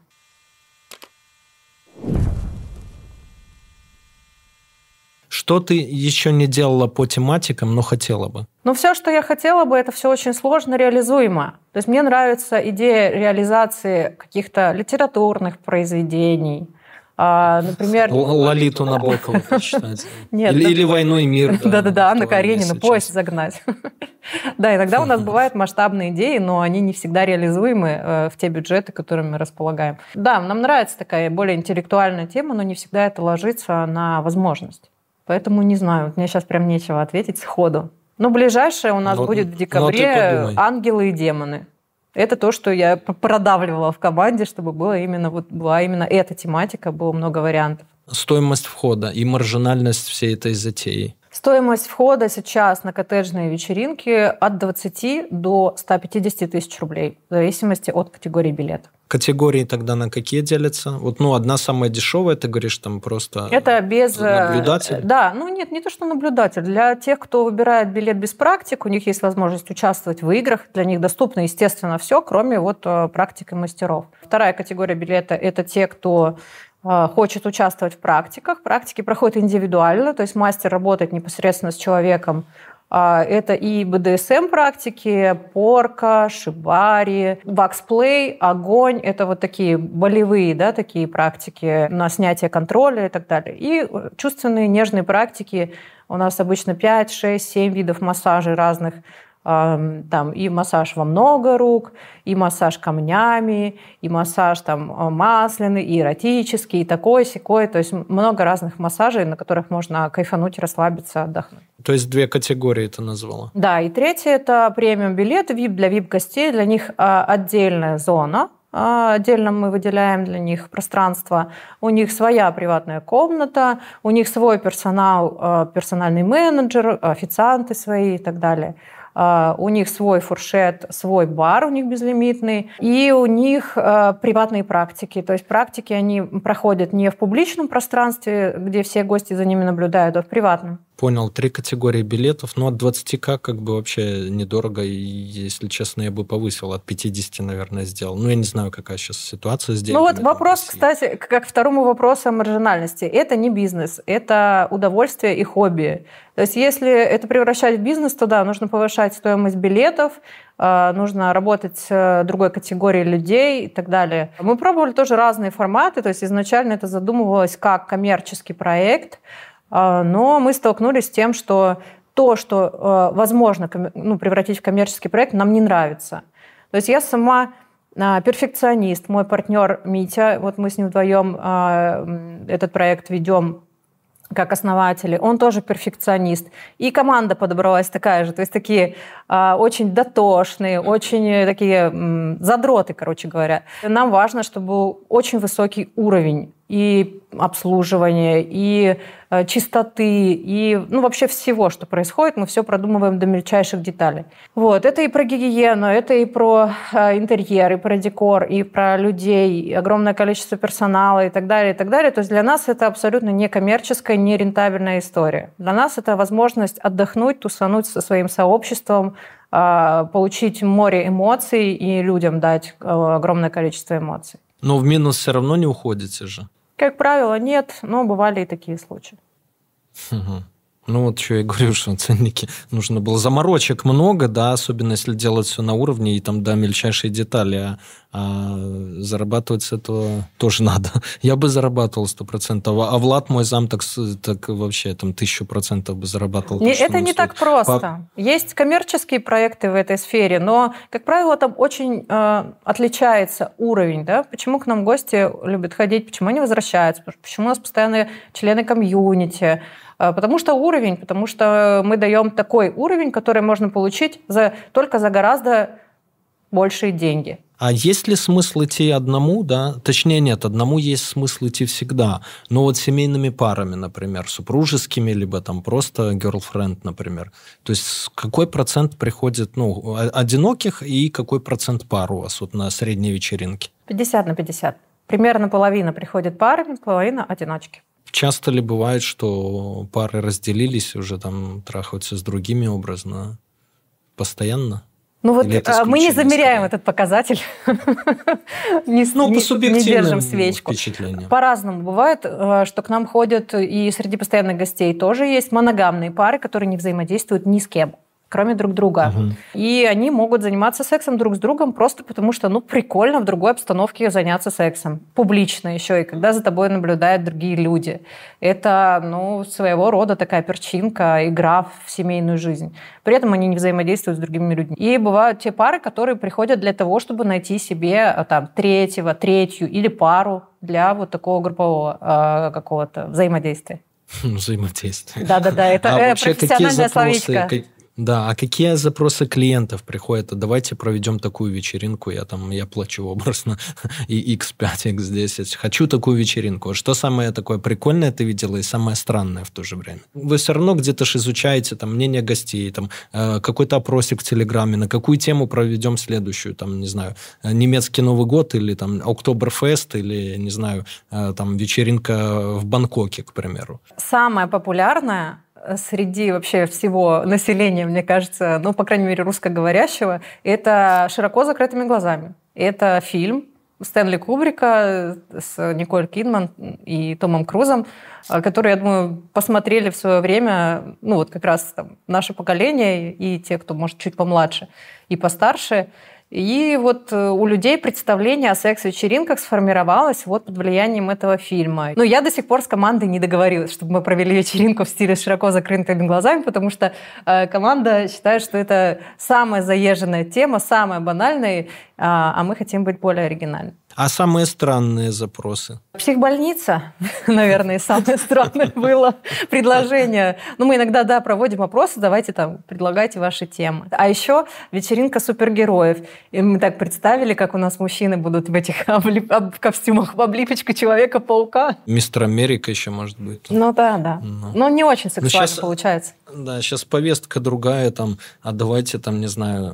Что ты еще не делала по тематикам, но хотела бы? Ну, все, что я хотела бы, это все очень сложно реализуемо. То есть мне нравится идея реализации каких-то литературных произведений. А, например... Лолиту Набокову прочитать. Нет, или, да... или «Войну и мир». Да-да-да, Анна Каренина, поезд загнать. Да, иногда у нас бывают масштабные идеи, но они не всегда реализуемы в те бюджеты, которыми мы располагаем. Да, нам нравится такая более интеллектуальная тема, но не всегда это ложится на возможность. Поэтому не знаю, мне сейчас прям нечего ответить сходу. Но ближайшее у нас но, будет в декабре «Ангелы и демоны». Это то, что я продавливала в команде, чтобы было именно, вот, была именно эта тематика, было много вариантов. Стоимость входа и маржинальность всей этой затеи. Стоимость входа сейчас на коттеджные вечеринки от двадцати до ста пятидесяти тысяч рублей, в зависимости от категории билета. Категории тогда на какие делятся? Вот, ну, одна самая дешевая, ты говоришь, там просто это без наблюдатель? Да, ну нет, не то, что наблюдатель. Для тех, кто выбирает билет без практик, у них есть возможность участвовать в играх, для них доступно, естественно, все, кроме вот практик и мастеров. Вторая категория билета – это те, кто хочет участвовать в практиках. Практики проходят индивидуально, то есть мастер работает непосредственно с человеком. Это и бэ дэ эс эм-практики, порка, шибари, ваксплей, огонь. Это вот такие болевые, да, такие практики на снятие контроля и так далее. И чувственные, нежные практики. У нас обычно пять, шесть, семь видов массажей разных. Там и массаж во много рук, и массаж камнями, и массаж там масляный, и эротический, и такой, сякой. То есть много разных массажей, на которых можно кайфануть, расслабиться, отдохнуть. То есть две категории ты назвала? Да, и третье – это премиум-билеты, ви ай пи для ви ай пи-гостей. Для них отдельная зона. Отдельно мы выделяем для них пространство. У них своя приватная комната, у них свой персонал, персональный менеджер, официанты свои и так далее. У них свой фуршет, свой бар у них безлимитный, и у них приватные практики. То есть практики они проходят не в публичном пространстве, где все гости за ними наблюдают, а в приватном. Понял, три категории билетов, но от двадцати ка как бы вообще недорого, и, если честно, я бы повысил, от пятидесяти, наверное, сделал. Ну, я не знаю, какая сейчас ситуация с деньгами. Ну вот вопрос, кстати, как второму вопросу о маржинальности. Это не бизнес, это удовольствие и хобби. То есть если это превращать в бизнес, то да, нужно повышать стоимость билетов, нужно работать с другой категорией людей и так далее. Мы пробовали тоже разные форматы, то есть изначально это задумывалось как коммерческий проект, но мы столкнулись с тем, что то, что возможно ну, превратить в коммерческий проект, нам не нравится. То есть я сама перфекционист, мой партнер Митя, вот мы с ним вдвоем этот проект ведем как основатели, он тоже перфекционист. И команда подобралась такая же, то есть такие э, очень дотошные, очень такие м, задроты, короче говоря. Нам важно, чтобы был очень высокий уровень и обслуживания, и э, чистоты, и ну, вообще всего, что происходит, мы все продумываем до мельчайших деталей. Вот. Это и про гигиену, это и про э, интерьер, и про декор, и про людей, и огромное количество персонала и так далее, и так далее. То есть для нас это абсолютно не коммерческая, не рентабельная история. Для нас это возможность отдохнуть, тусануть со своим сообществом, э, получить море эмоций и людям дать э, огромное количество эмоций. Но в минус все равно не уходите же? Как правило, нет, но бывали и такие случаи. Угу. Ну вот что я говорю, что ценники нужно было. Заморочек много, да, особенно если делать все на уровне и там до мельчайшей детали, а, а зарабатывать с этого тоже надо. Я бы зарабатывал сто процентов, а Влад, мой зам, так, так вообще там тысячу процентов бы зарабатывал. Не, это не стоит. Так просто. По... Есть коммерческие проекты в этой сфере, но, как правило, там очень э, отличается уровень. Да? Почему к нам гости любят ходить, почему они возвращаются, почему у нас постоянно члены комьюнити. Потому что уровень, потому что мы даем такой уровень, который можно получить за, только за гораздо большие деньги. А есть ли смысл идти одному, да? Точнее, нет, одному есть смысл идти всегда. Но вот семейными парами, например, супружескими, либо там просто girlfriend, например. То есть какой процент приходит, ну, одиноких и какой процент пар у вас вот на средней вечеринке? пятьдесят на пятьдесят. Примерно половина приходит парами, половина одиночки. Часто ли бывает, что пары разделились, уже там трахаются с другими образно? Постоянно? Ну вот мы не замеряем скорее? Этот показатель, не, ну, не, по субъективным не держим свечку. Впечатлениям. По-разному бывает, что к нам ходят, и среди постоянных гостей тоже есть моногамные пары, которые не взаимодействуют ни с кем, кроме друг друга. Угу. И они могут заниматься сексом друг с другом просто потому, что ну, прикольно в другой обстановке заняться сексом. Публично еще, и когда за тобой наблюдают другие люди. Это ну, своего рода такая перчинка, игра в семейную жизнь. При этом они не взаимодействуют с другими людьми. И бывают те пары, которые приходят для того, чтобы найти себе там, третьего, третью или пару для вот такого группового э, какого-то взаимодействия. Взаимодействие. Да-да-да, это а профессиональное словечко. Да, а какие запросы клиентов приходят? Давайте проведем такую вечеринку, я там, я плачу образно и икс пять, икс десять. Хочу такую вечеринку. Что самое такое прикольное ты видела и самое странное в то же время? Вы все равно где-то ж изучаете там мнение гостей, там э, какой-то опросик в Телеграме, на какую тему проведем следующую, там, не знаю, немецкий Новый год или там Октоберфест или, не знаю, э, там вечеринка в Бангкоке, к примеру. Самое популярное среди вообще всего населения, мне кажется, ну, по крайней мере, русскоговорящего, это «Широко закрытыми глазами». Это фильм Стэнли Кубрика с Николь Кидман и Томом Крузом, который, я думаю, посмотрели в свое время, ну, вот как раз там наше поколение и те, кто, может, чуть помладше и постарше. И вот у людей представление о секс-вечеринках сформировалось вот под влиянием этого фильма. Но я до сих пор с командой не договорилась, чтобы мы провели вечеринку в стиле «Широко закрытыми глазами», потому что э, команда считает, что это самая заезженная тема, самая банальная, э, а мы хотим быть более оригинальными. А самые странные запросы? Психбольница, наверное, самое странное было предложение. Ну, мы иногда, да, проводим опросы, давайте там, предлагайте ваши темы. А еще вечеринка супергероев. И мы так представили, как у нас мужчины будут в этих облип... об... костюмах в облипочку Человека-паука. Мистер Америка еще может быть. Ну да, да. Ну. Но не очень сексуально сейчас, получается. Да, сейчас повестка другая, там, а давайте там, не знаю,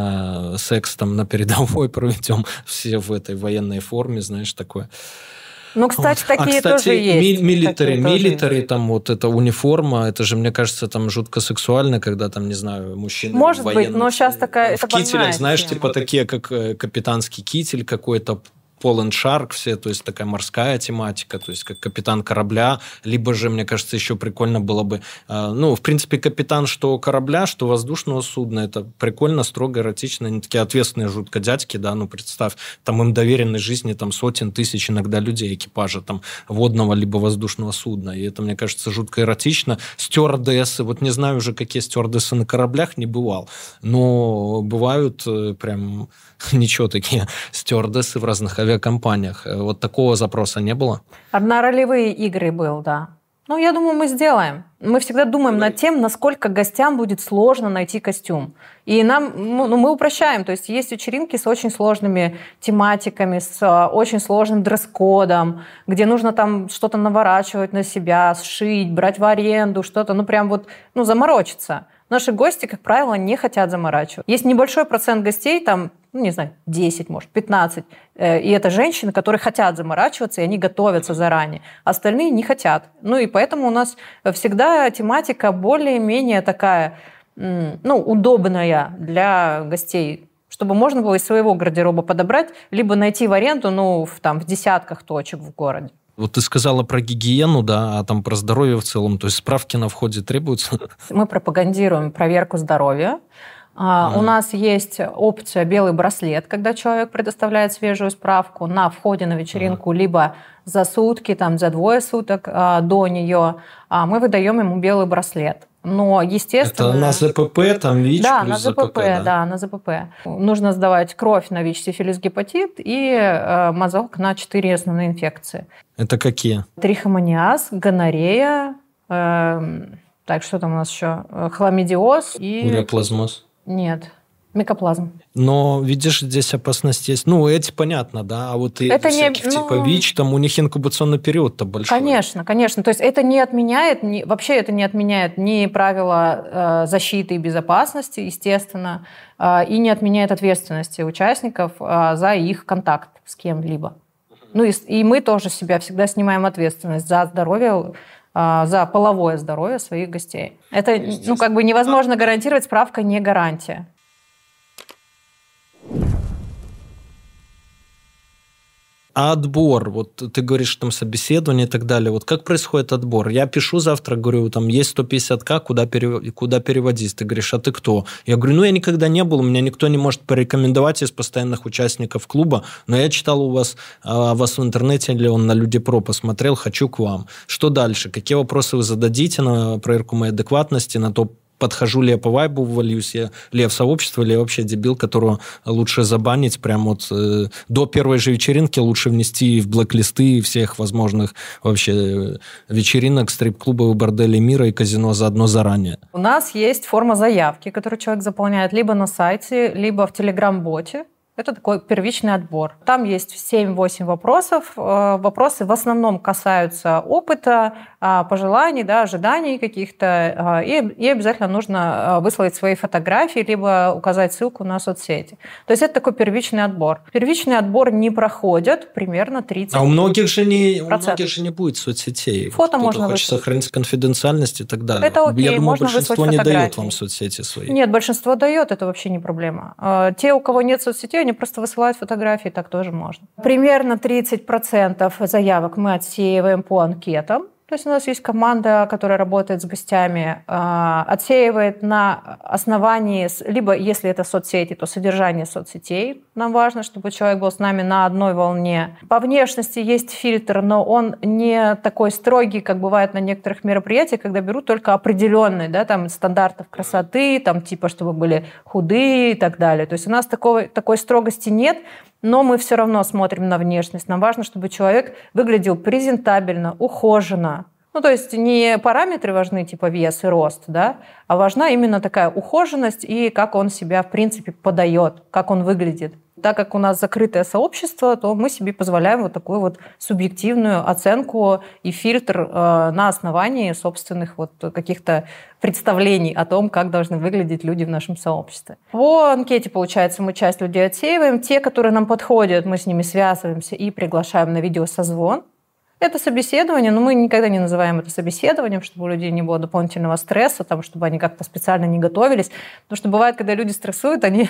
э, секс там на передовой проведем, все в этой военной форме, знаешь, такое. Ну, кстати, вот. такие а, кстати, тоже есть. Милитари, милитари, там вот эта униформа, это же, мне кажется, там жутко сексуально, когда там, не знаю, мужчины может военные, быть, но сейчас такая... в кителях, знаешь, тема. Типа такие, как капитанский китель какой-то, Пол энд Шарк все, то есть такая морская тематика, то есть как капитан корабля, либо же, мне кажется, еще прикольно было бы, э, ну, в принципе, капитан что корабля, что воздушного судна, это прикольно, строго, эротично, они такие ответственные жутко дядьки, да, ну, представь, там им доверены жизни там сотен тысяч иногда людей, экипажа там водного либо воздушного судна, и это, мне кажется, жутко эротично. Стюардессы, вот не знаю уже, какие стюардессы на кораблях, не бывал, но бывают э, прям ничего такие стюардессы в разных авиакомпаниях. Вот такого запроса не было? Одноролевые игры был, да. Ну, я думаю, мы сделаем. Мы всегда думаем над тем, насколько гостям будет сложно найти костюм. И нам, ну, мы упрощаем. То есть есть вечеринки с очень сложными тематиками, с очень сложным дресс-кодом, где нужно там что-то наворачивать на себя, сшить, брать в аренду, что-то, ну, прям вот, ну, заморочиться. Наши гости, как правило, не хотят заморачивать. Есть небольшой процент гостей, там, ну, не знаю, десять, может, пятнадцать, и это женщины, которые хотят заморачиваться, и они готовятся заранее. Остальные не хотят. Ну, и поэтому у нас всегда тематика более-менее такая, ну, удобная для гостей, чтобы можно было из своего гардероба подобрать, либо найти в аренду, ну, в, там, в десятках точек в городе. Вот ты сказала про гигиену, да, а там про здоровье в целом, то есть справки на входе требуются? Мы пропагандируем проверку здоровья. А. У нас есть опция «белый браслет», когда человек предоставляет свежую справку на входе на вечеринку, а. либо за сутки, там, за двое суток а, до нее, а мы выдаем ему белый браслет. Но, естественно... Это на ЗПП, там ВИЧ да, плюс на ЗПП, ЗПП, да? Да, на ЗПП. Нужно сдавать кровь на ВИЧ, сифилис, гепатит и э, мазок на четыре основные инфекции. Это какие? Трихомониаз, гонорея, э, так, что там у нас еще? Хламидиоз и... Уреоплазмоз? Нет, микоплазм. Но, видишь, здесь опасность есть. Ну, эти понятно, да, а вот и это всяких не, типа ну... ВИЧ, там у них инкубационный период-то большой. Конечно, конечно. То есть это не отменяет, не, вообще это не отменяет ни правила э, защиты и безопасности, естественно, э, и не отменяет ответственности участников э, за их контакт с кем-либо. Ну и, и мы тоже себя всегда снимаем ответственность за здоровье, э, за половое здоровье своих гостей. Это, ну, как бы невозможно гарантировать, справка не гарантия. А отбор, вот ты говоришь, там собеседование и так далее, вот как происходит отбор? Я пишу завтра, говорю, там есть сто пятьдесят тысяч, куда, перев... куда переводить? Ты говоришь, а ты кто? Я говорю, ну я никогда не был, меня никто не может порекомендовать из постоянных участников клуба, но я читал у вас, о вас в интернете, или он на Люди.Про посмотрел, хочу к вам. Что дальше? Какие вопросы вы зададите на проверку моей адекватности, на то, подхожу ли я по вайбу, вольюсь я ли я в сообщество, или я вообще дебил, которого лучше забанить прям вот э, до первой же вечеринки, лучше внести в блэк-листы всех возможных вообще вечеринок, стрип-клубов, борделей мира и казино заодно заранее. У нас есть форма заявки, которую человек заполняет либо на сайте, либо в Telegram-боте. Это такой первичный отбор. Там есть семь-восемь вопросов. Вопросы в основном касаются опыта, пожеланий, да, ожиданий каких-то. И, и обязательно нужно выслать свои фотографии, либо указать ссылку на соцсети. То есть это такой первичный отбор. Первичный отбор не проходит примерно тридцать процентов. А у многих же не, у многих же не будет соцсетей. Фото Кто-то можно хочет выслать. сохранить конфиденциальность и так далее. Это окей, Я думаю, можно большинство выслать не фотографии. дает вам соцсети свои. Нет, большинство дает, это вообще не проблема. Те, у кого нет соцсетей, они просто высылают фотографии, так тоже можно. Примерно тридцать процентов заявок мы отсеиваем по анкетам. То есть у нас есть команда, которая работает с гостями, отсеивает на основании, либо если это соцсети, то содержание соцсетей. Нам важно, чтобы человек был с нами на одной волне. По внешности есть фильтр, но он не такой строгий, как бывает на некоторых мероприятиях, когда берут только определенные, да, там, стандартов красоты, там, типа, чтобы были худые и так далее. То есть у нас такого, такой строгости нет. Но мы все равно смотрим на внешность. Нам важно, чтобы человек выглядел презентабельно, ухоженно. Ну, то есть не параметры важны, типа вес и рост, да, а важна именно такая ухоженность и как он себя, в принципе, подает, как он выглядит. Так как у нас закрытое сообщество, то мы себе позволяем вот такую вот субъективную оценку и фильтр э, на основании собственных вот каких-то представлений о том, как должны выглядеть люди в нашем сообществе. По анкете, получается, мы часть людей отсеиваем. Те, которые нам подходят, мы с ними связываемся и приглашаем на видеосозвон. Это собеседование, но мы никогда не называем это собеседованием, чтобы у людей не было дополнительного стресса, там, чтобы они как-то специально не готовились. Потому что бывает, когда люди стрессуют, они...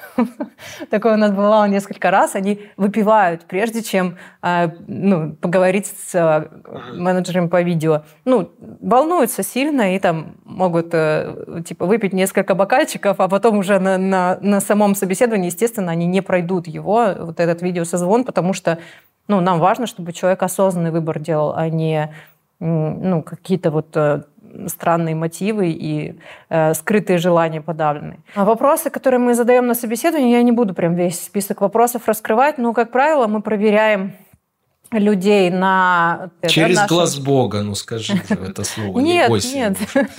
Такое у нас бывало несколько раз, они выпивают, прежде чем ну, поговорить с менеджером по видео. Ну, волнуются сильно и там могут типа выпить несколько бокальчиков, а потом уже на, на, на самом собеседовании, естественно, они не пройдут его, вот этот видеосозвон, потому что ну, нам важно, чтобы человек осознанный выбор делал, а не ну, какие-то вот э, странные мотивы и э, скрытые желания подавленные. А вопросы, которые мы задаем на собеседовании, я не буду прям весь список вопросов раскрывать, но, как правило, мы проверяем людей на... Через да, нашем... глаз Бога, ну скажи же это слово. Нет, не нет,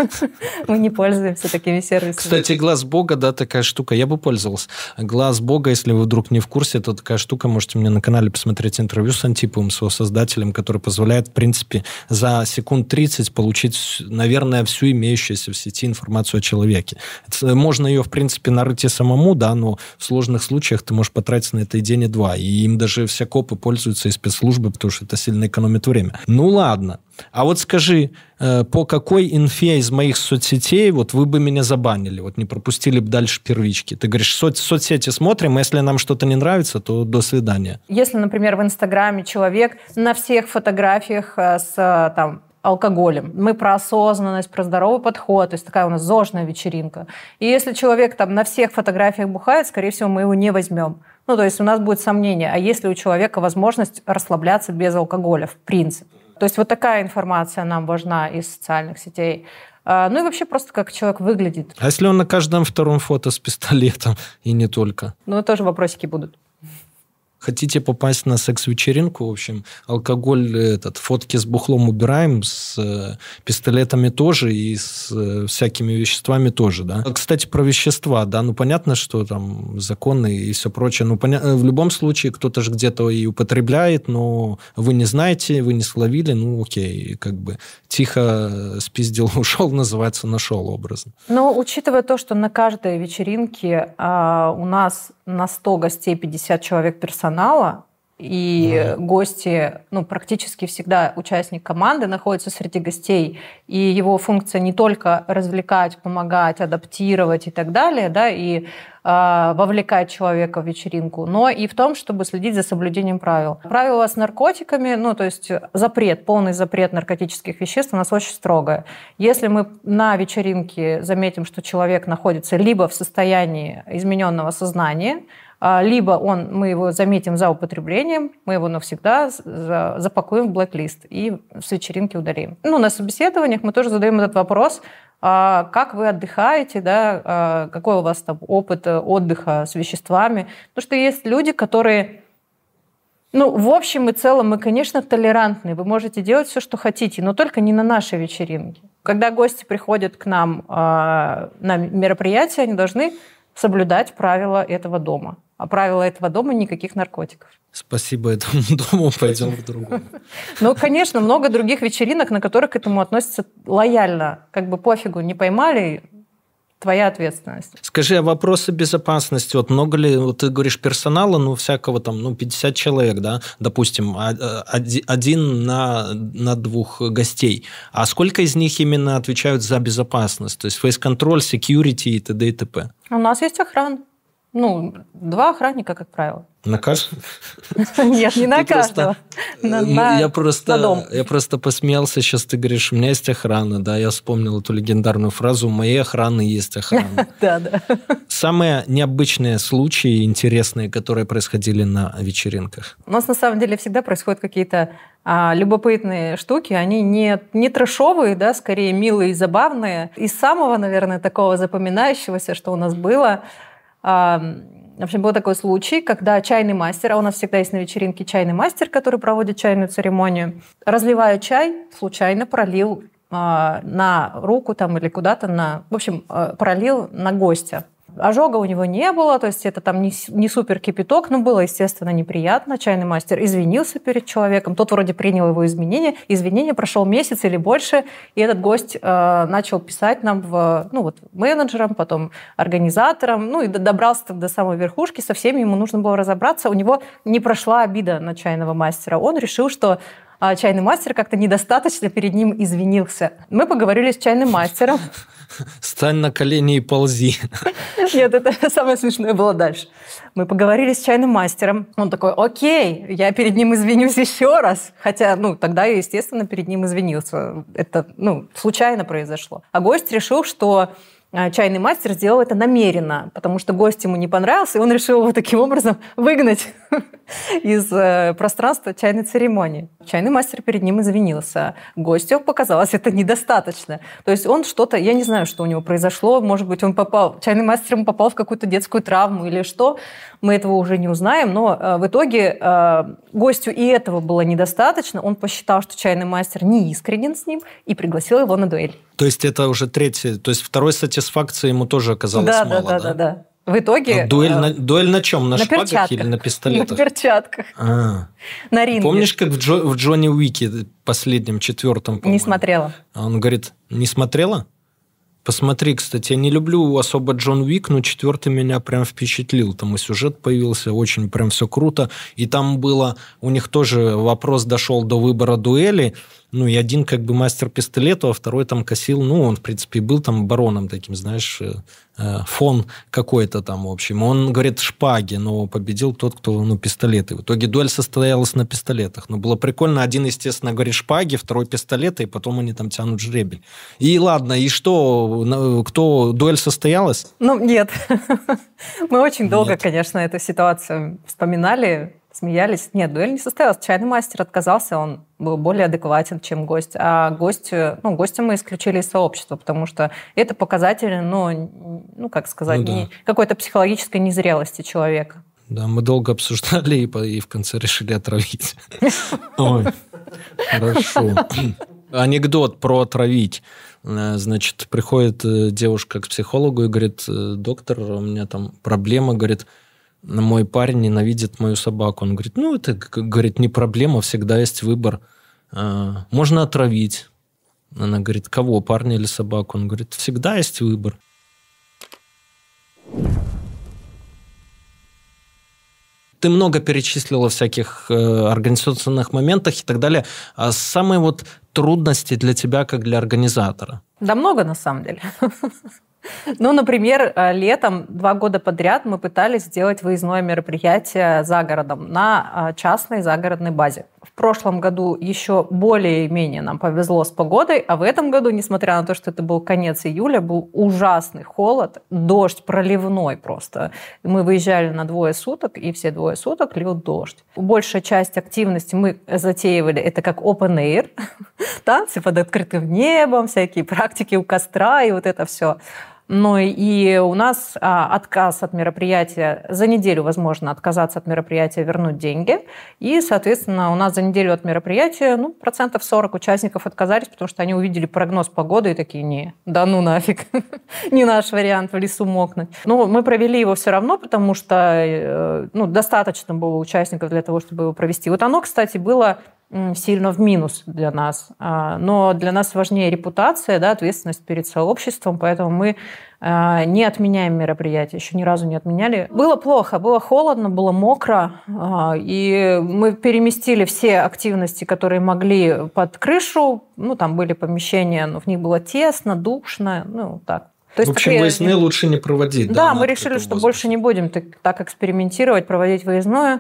мы не пользуемся такими сервисами. Кстати, глаз Бога, да, такая штука, я бы пользовался. Глаз Бога, если вы вдруг не в курсе, это такая штука, можете мне на канале посмотреть интервью с Антиповым, с его создателем, который позволяет, в принципе, за секунд тридцать получить, наверное, всю имеющуюся в сети информацию о человеке. Это, можно ее, в принципе, нарыть и самому, да, но в сложных случаях ты можешь потратить на это и день, и два. И им даже все копы пользуются и спецслужбы, потому что это сильно экономит время. Ну, ладно. А вот скажи, по какой инфе из моих соцсетей вот вы бы меня забанили, вот не пропустили бы дальше первички? Ты говоришь, соц- соцсети смотрим, а если нам что-то не нравится, то до свидания. Если, например, в Инстаграме человек на всех фотографиях с там, алкоголем. Мы про осознанность, про здоровый подход, то есть такая у нас зожная вечеринка. И если человек там на всех фотографиях бухает, скорее всего, мы его не возьмем. Ну, то есть у нас будет сомнение, а есть ли у человека возможность расслабляться без алкоголя, в принципе. То есть вот такая информация нам важна из социальных сетей. Ну и вообще просто как человек выглядит. А если он на каждом втором фото с пистолетом, и не только? Ну, тоже вопросики будут. Хотите попасть на секс-вечеринку, в общем, алкоголь, этот, фотки с бухлом убираем, с э, пистолетами тоже и с э, всякими веществами тоже, да. Кстати, про вещества, да, ну, понятно, что там законы и все прочее, ну, поня... в любом случае кто-то же где-то и употребляет, но вы не знаете, вы не словили, ну, окей, как бы тихо спиздил, ушел, называется, нашел образно. Но учитывая то, что на каждой вечеринке э, у нас на сто гостей пятьдесят человек персонала, и mm-hmm. гости, ну, практически всегда участник команды находится среди гостей, и его функция не только развлекать, помогать, адаптировать и так далее, да, и э, вовлекать человека в вечеринку, но и в том, чтобы следить за соблюдением правил. Правила с наркотиками, ну, то есть запрет, полный запрет наркотических веществ у нас очень строгое. Если мы на вечеринке заметим, что человек находится либо в состоянии измененного сознания, либо он, мы его заметим за употреблением, мы его навсегда запакуем в блэк-лист и с вечеринки удалим. Ну, на собеседованиях мы тоже задаем этот вопрос, как вы отдыхаете, да, какой у вас там опыт отдыха с веществами. Потому что есть люди, которые, ну, в общем и целом, мы, конечно, толерантны. Вы можете делать все, что хотите, но только не на нашей вечеринке. Когда гости приходят к нам на мероприятие, они должны соблюдать правила этого дома. А правила этого дома – никаких наркотиков. Спасибо этому дому, пойдем к другому. Ну, конечно, много других вечеринок, на которых к этому относятся лояльно. Как бы пофигу, не поймали, твоя ответственность. Скажи, а вопросы безопасности, вот много ли, вот ты говоришь, персонала, ну, всякого там, ну, пятьдесят человек, да, допустим, один на, на двух гостей. А сколько из них именно отвечают за безопасность? То есть фейс-контроль, security и т.д. и т.п.? У нас есть охрана. Ну, два охранника, как правило. На каждого? Нет, не на каждого. Я просто, я просто посмеялся, сейчас ты говоришь, у меня есть охрана, да, я вспомнил эту легендарную фразу, у моей охраны есть охрана. Да, да. Самые необычные случаи, интересные, которые происходили на вечеринках? У нас на самом деле всегда происходят какие-то а, любопытные штуки, они не, не трэшовые, да, скорее милые и забавные. Из самого, наверное, такого запоминающегося, что у нас было, в общем, был такой случай, когда чайный мастер, а у нас всегда есть на вечеринке чайный мастер, который проводит чайную церемонию, разливая чай, случайно пролил э, на руку там, или куда-то, на, в общем, э, пролил на гостя. Ожога у него не было, то есть это там не, не супер кипяток, но было, естественно, неприятно. Чайный мастер извинился перед человеком, тот вроде принял его извинения. Извинения, прошел месяц или больше, и этот гость э, начал писать нам в, ну, вот, менеджерам, потом организаторам, ну и добрался до самой верхушки, со всеми ему нужно было разобраться. У него не прошла обида на чайного мастера. Он решил, что чайный мастер как-то недостаточно перед ним извинился. Мы поговорили с чайным мастером. Стань на колени и ползи. Нет, это самое смешное было дальше. Мы поговорили с чайным мастером. Он такой, окей, я перед ним извинюсь еще раз. Хотя, ну, тогда я, естественно, перед ним извинился. Это, ну, случайно произошло. А гость решил, что чайный мастер сделал это намеренно, потому что гость ему не понравился, и он решил его таким образом выгнать из пространства чайной церемонии. Чайный мастер перед ним извинился. Гостю показалось это недостаточно. То есть он что-то, я не знаю, что у него произошло, может быть, он попал, чайный мастер попал в какую-то детскую травму или что, мы этого уже не узнаем, но в итоге гостю и этого было недостаточно, он посчитал, что чайный мастер не искренен с ним и пригласил его на дуэль. То есть это уже третье, то есть второй сатисфакции ему тоже оказалось да, мало, да? Да, да, да, да. В итоге... А дуэль, на, дуэль на чем? На, на шпагах перчатках. Или на пистолетах? На перчатках. А. На ринге. Помнишь, как в, Джо, в Джонни Уике, последнем, четвертом, по-моему? Не смотрела. А он говорит, не смотрела? Посмотри, кстати, я не люблю особо Джон Уик, но четвертый меня прям впечатлил. Там и сюжет появился, очень прям все круто. И там было, у них тоже вопрос дошел до выбора дуэли. Ну, и один как бы мастер пистолета, а второй там косил, ну, он, в принципе, был там бароном таким, знаешь, фон какой-то там, в общем. Он говорит шпаги, но победил тот, кто, ну, пистолеты. В итоге дуэль состоялась на пистолетах. Но было прикольно. Один, естественно, говорит шпаги, второй пистолеты, и потом они там тянут жребий. И ладно, и что, кто, дуэль состоялась? Ну, нет. Мы очень долго, конечно, эту ситуацию вспоминали, смеялись. Нет, дуэль не состоялась. Чайный мастер отказался, он был более адекватен, чем гость. А гость, ну, гостя мы исключили из сообщества, потому что это показатель, ну, ну как сказать, ну, да. не, какой-то психологической незрелости человека. Да, мы долго обсуждали и в конце решили отравить. Ой, хорошо. Анекдот про отравить. Значит, приходит девушка к психологу и говорит, доктор, у меня там проблема, говорит, мой парень ненавидит мою собаку. Он говорит, ну, это, говорит, не проблема, всегда есть выбор. Можно отравить. Она говорит, кого, парня или собаку? Он говорит, всегда есть выбор. Ты много перечислила всяких организационных моментах и так далее. А самые вот трудности для тебя, как для организатора? Да много, на самом деле. Ну, например, летом два года подряд мы пытались сделать выездное мероприятие за городом на частной загородной базе. в прошлом году еще более-менее нам повезло с погодой, а в этом году, несмотря на то, что это был конец июля, был ужасный холод, дождь проливной просто. Мы выезжали на двое суток, и все двое суток лил дождь. Большая часть активности мы затеивали, это как open air, танцы под открытым небом, всякие практики у костра и вот это все. Ну и у нас а, отказ от мероприятия, за неделю возможно отказаться от мероприятия, вернуть деньги. И, соответственно, у нас за неделю от мероприятия ну, процентов сорок участников отказались, потому что они увидели прогноз погоды и такие, не, да ну нафиг, не наш вариант в лесу мокнуть. Но мы провели его все равно, потому что ну, достаточно было участников для того, чтобы его провести. Вот оно, кстати, было сильно в минус для нас. Но для нас важнее репутация, да, ответственность перед сообществом, поэтому мы не отменяем мероприятия, еще ни разу не отменяли. Было плохо, было холодно, было мокро, и мы переместили все активности, которые могли, под крышу. Ну, там были помещения, но в них было тесно, душно, ну, так. То есть в общем, такие... выездные лучше не проводить. Да, да мы решили, что больше не будем так, так экспериментировать, проводить выездное,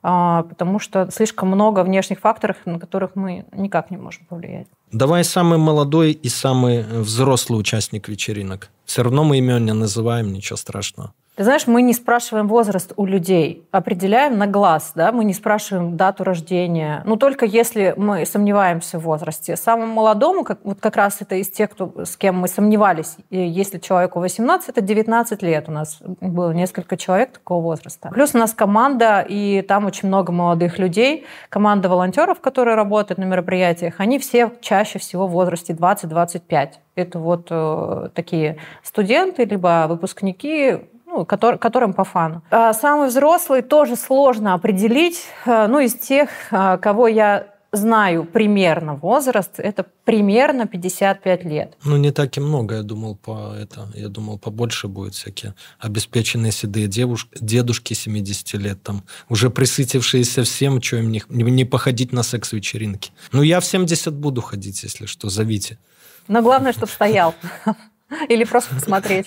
потому что слишком много внешних факторов, на которых мы никак не можем повлиять. Давай самый молодой и самый взрослый участник вечеринок. Все равно мы имен не называем, ничего страшного. Ты знаешь, мы не спрашиваем возраст у людей, определяем на глаз, да, мы не спрашиваем дату рождения, ну, только если мы сомневаемся в возрасте. Самому молодому, как, вот как раз это из тех, кто, с кем мы сомневались, если человеку восемнадцать, это девятнадцать лет, у нас было несколько человек такого возраста. Плюс у нас команда, и там очень много молодых людей, команда волонтеров, которые работают на мероприятиях, они все чаще всего в возрасте двадцать-двадцать пять. Это вот э, такие студенты, либо выпускники, ну, который, которым по фану. А самый взрослый тоже сложно определить. Ну, из тех, кого я знаю примерно возраст, это примерно пятьдесят пять лет. Ну, не так и много, я думал, по это, я думал, побольше будет всякие обеспеченные седые девушки, дедушки семидесяти лет, там, уже присытившиеся всем, что им не, не походить на секс-вечеринки. Ну, я в семьдесят буду ходить, если что, зовите. Но главное, чтобы стоял. Или просто посмотреть.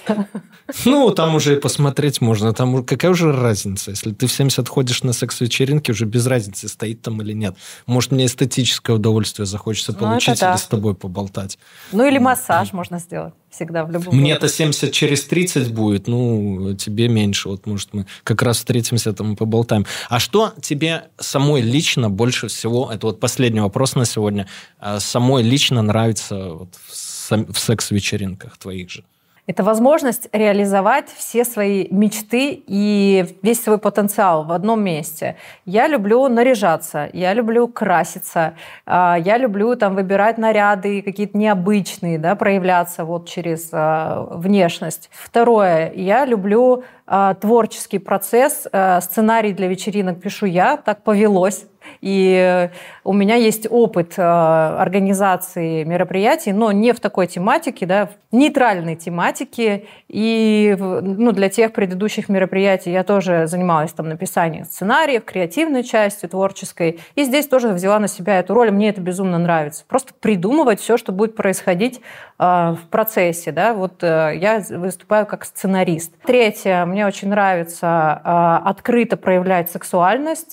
Ну, там уже и посмотреть можно. Там какая уже разница? Если ты в семьдесят ходишь на секс-вечеринке, уже без разницы, стоит там или нет. Может, мне эстетическое удовольствие захочется получить, ну, или да. с тобой поболтать. Ну, или массаж можно сделать всегда в любом Мне-то семьдесят через тридцать будет, ну, тебе меньше. Вот, может, мы как раз встретимся там и поболтаем. А что тебе самой лично больше всего, это вот последний вопрос на сегодня, самой лично нравится вот в в секс-вечеринках твоих же? Это возможность реализовать все свои мечты и весь свой потенциал в одном месте. Я люблю наряжаться, я люблю краситься, я люблю там выбирать наряды какие-то необычные, да, проявляться вот через внешность. Второе, я люблю творческий процесс. Сценарий для вечеринок пишу я, так повелось. И у меня есть опыт организации мероприятий, но не в такой тематике, да, в нейтральной тематике. И ну, для тех предыдущих мероприятий я тоже занималась там написанием сценариев, креативной частью, творческой. И здесь тоже взяла на себя эту роль. Мне это безумно нравится. Просто придумывать все, что будет происходить в процессе. Да. Вот я выступаю как сценарист. Третье. Мне очень нравится открыто проявлять сексуальность.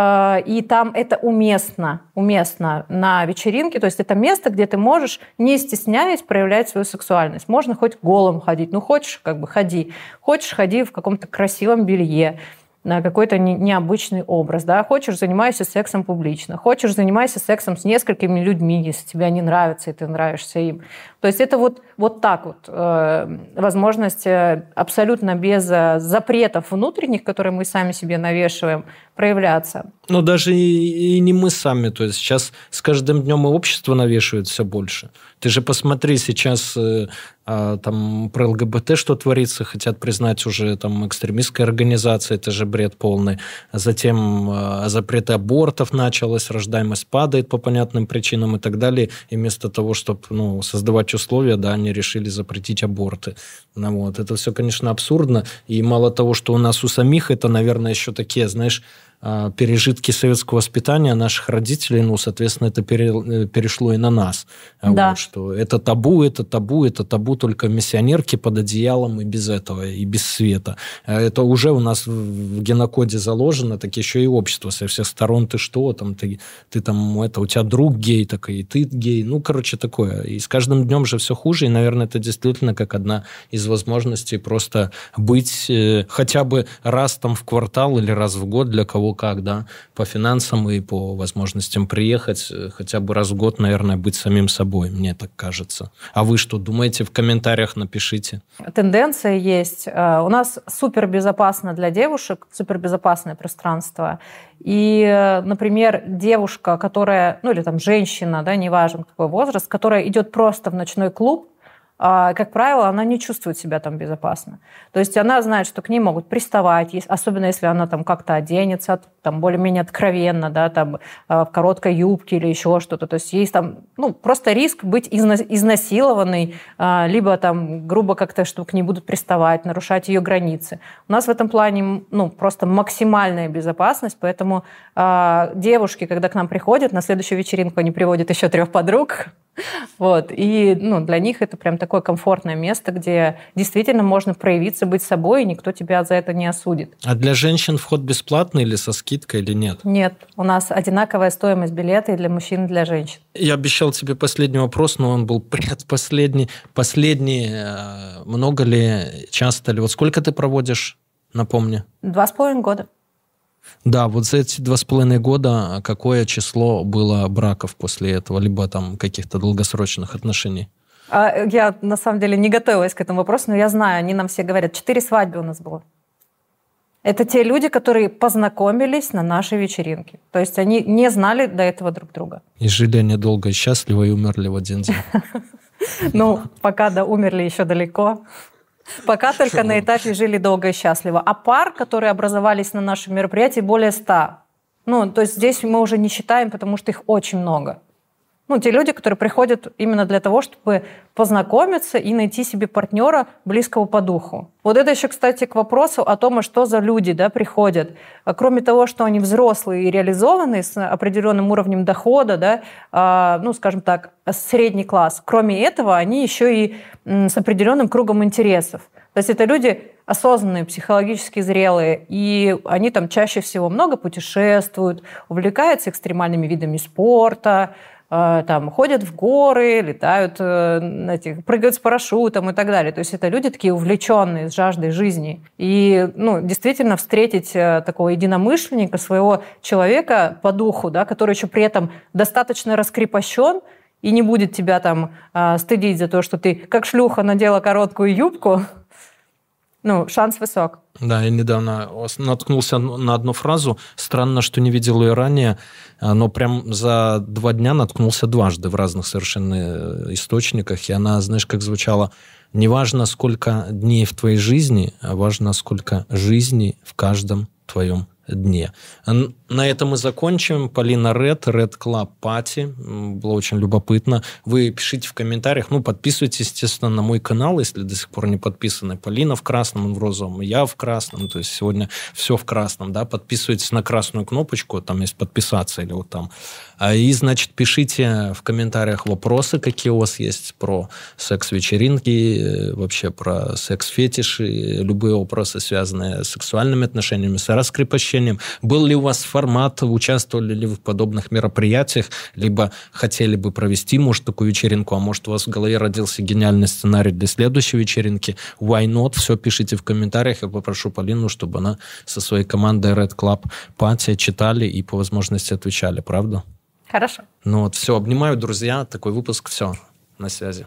И там это уместно, уместно на вечеринке. То есть это место, где ты можешь, не стесняясь, проявлять свою сексуальность. Можно хоть голым ходить. Ну, хочешь, как бы ходи. Хочешь, ходи в каком-то красивом белье, на какой-то необычный образ. Да? Хочешь, занимайся сексом публично. Хочешь, занимайся сексом с несколькими людьми, если тебе они нравятся, и ты нравишься им. То есть это вот, вот так вот. Э, возможность абсолютно без запретов внутренних, которые мы сами себе навешиваем, проявляться. Но даже и, и не мы сами. То есть сейчас с каждым днем и общество навешивает все больше. Ты же посмотри, сейчас э, э, там про ЛГБТ что творится, хотят признать уже там экстремистской организацией, это же бред полный. Затем э, запреты абортов началось, рождаемость падает по понятным причинам и так далее. И вместо того, чтобы ну, создавать условия, да, они решили запретить аборты. Ну, вот. Это все, конечно, абсурдно. И мало того, что у нас у самих это, наверное, еще такие, знаешь, пережитки советского воспитания наших родителей, ну, соответственно, это перешло и на нас. Да. Вот, что это табу, это табу, это табу только миссионерки под одеялом и без этого, и без света. Это уже у нас в генокоде заложено, так еще и общество со всех сторон. Ты что, там, ты, ты там, это, у тебя друг гей, так и ты гей. Ну, короче, такое. И с каждым днем же все хуже, и, наверное, это действительно как одна из возможностей просто быть э, хотя бы раз там в квартал или раз в год, для кого как, да, по финансам и по возможностям приехать, хотя бы раз в год, наверное, быть самим собой, мне так кажется. А вы что думаете? В комментариях напишите. Тенденция есть. У нас супербезопасно для девушек, супербезопасное пространство. И, например, девушка, которая, ну или там женщина, да, неважно какой возраст, которая идет просто в ночной клуб, как правило, она не чувствует себя там безопасно. То есть она знает, что к ней могут приставать, особенно если она там как-то оденется, там более-менее откровенно, да, там в короткой юбке или еще что-то. То есть есть там, ну, просто риск быть изнасилованной, либо там грубо как-то, что к ней будут приставать, нарушать ее границы. У нас в этом плане, ну, просто максимальная безопасность, поэтому девушки, когда к нам приходят, на следующую вечеринку они приводят еще трех подруг. Вот. И ну, для них это прям такое комфортное место, где действительно можно проявиться, быть собой, и никто тебя за это не осудит. А для женщин вход бесплатный или со скидкой, или нет? Нет. У нас одинаковая стоимость билета и для мужчин, и для женщин. Я обещал тебе последний вопрос, но он был предпоследний. Последний. Много ли, часто ли? Вот сколько ты проводишь, напомни? Два с половиной года. Да, вот за эти два с половиной года какое число было браков после этого, либо там каких-то долгосрочных отношений? Я, на самом деле, не готовилась к этому вопросу, но я знаю, они нам все говорят, четыре свадьбы у нас было. Это те люди, которые познакомились на нашей вечеринке. То есть они не знали до этого друг друга. И жили они долго и счастливо, и умерли в один день. Ну, пока да, умерли еще далеко. Пока только на этапе жили долго и счастливо. А пар, которые образовались на нашем мероприятии, более ста. Ну, то есть здесь мы уже не считаем, потому что их очень много. Ну, те люди, которые приходят именно для того, чтобы познакомиться и найти себе партнера близкого по духу. Вот это еще, кстати, к вопросу о том, что за люди, да, приходят. Кроме того, что они взрослые и реализованные с определенным уровнем дохода, да, ну, скажем так, средний класс. Кроме этого, они еще и с определенным кругом интересов. То есть это люди осознанные, психологически зрелые, и они там чаще всего много путешествуют, увлекаются экстремальными видами спорта, там, ходят в горы, летают, этих, прыгают с парашютом и так далее. То есть это люди такие увлеченные, с жаждой жизни. И ну, действительно встретить такого единомышленника, своего человека по духу, да, который еще при этом достаточно раскрепощен и не будет тебя там стыдить за то, что ты как шлюха надела короткую юбку, ну, шанс высок. Да, я недавно наткнулся на одну фразу. Странно, что не видел ее ранее, но прям за два дня наткнулся дважды в разных совершенно источниках. И она, знаешь, как звучала: не важно, сколько дней в твоей жизни, а важно, сколько жизней в каждом твоем дне. На этом мы закончим. Полина Ред, Red Club Party. Было очень любопытно. Вы пишите в комментариях. Ну, подписывайтесь, естественно, на мой канал, если до сих пор не подписаны. Полина в красном, в розовом, я в красном. То есть сегодня все в красном. Да? Подписывайтесь на красную кнопочку. Там есть подписаться или вот там. И, значит, пишите в комментариях вопросы, какие у вас есть про секс-вечеринки, вообще про секс-фетиши, любые вопросы, связанные с сексуальными отношениями, с раскрепощением. Был ли у вас формат, участвовали ли вы в подобных мероприятиях, либо хотели бы провести, может, такую вечеринку, а может, у вас в голове родился гениальный сценарий для следующей вечеринки. Why not? Все пишите в комментариях. Я попрошу Полину, чтобы она со своей командой Red Club Party читали и по возможности отвечали. Правда? Хорошо. Ну вот, все, обнимаю, друзья. Такой выпуск, все, на связи.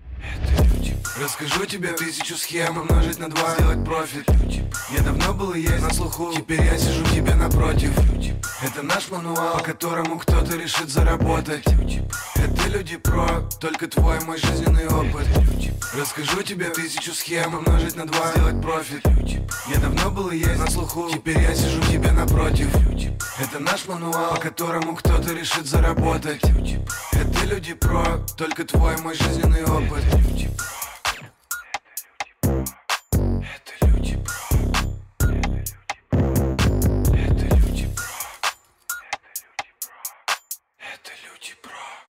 Расскажу тебе тысячу схем, умножить на два, сделать профит. Я давно был и есть на слуху, теперь я сижу тебе напротив. Это наш мануал, по которому кто-то решит заработать. Это люди про, только твой мой жизненный опыт. Расскажу тебе тысячу схем, умножить на два, сделать профит. Я давно был и есть на слуху, теперь я сижу тебе напротив. Это наш мануал, по которому кто-то решит заработать. Это люди про, только твой мой жизненный опыт.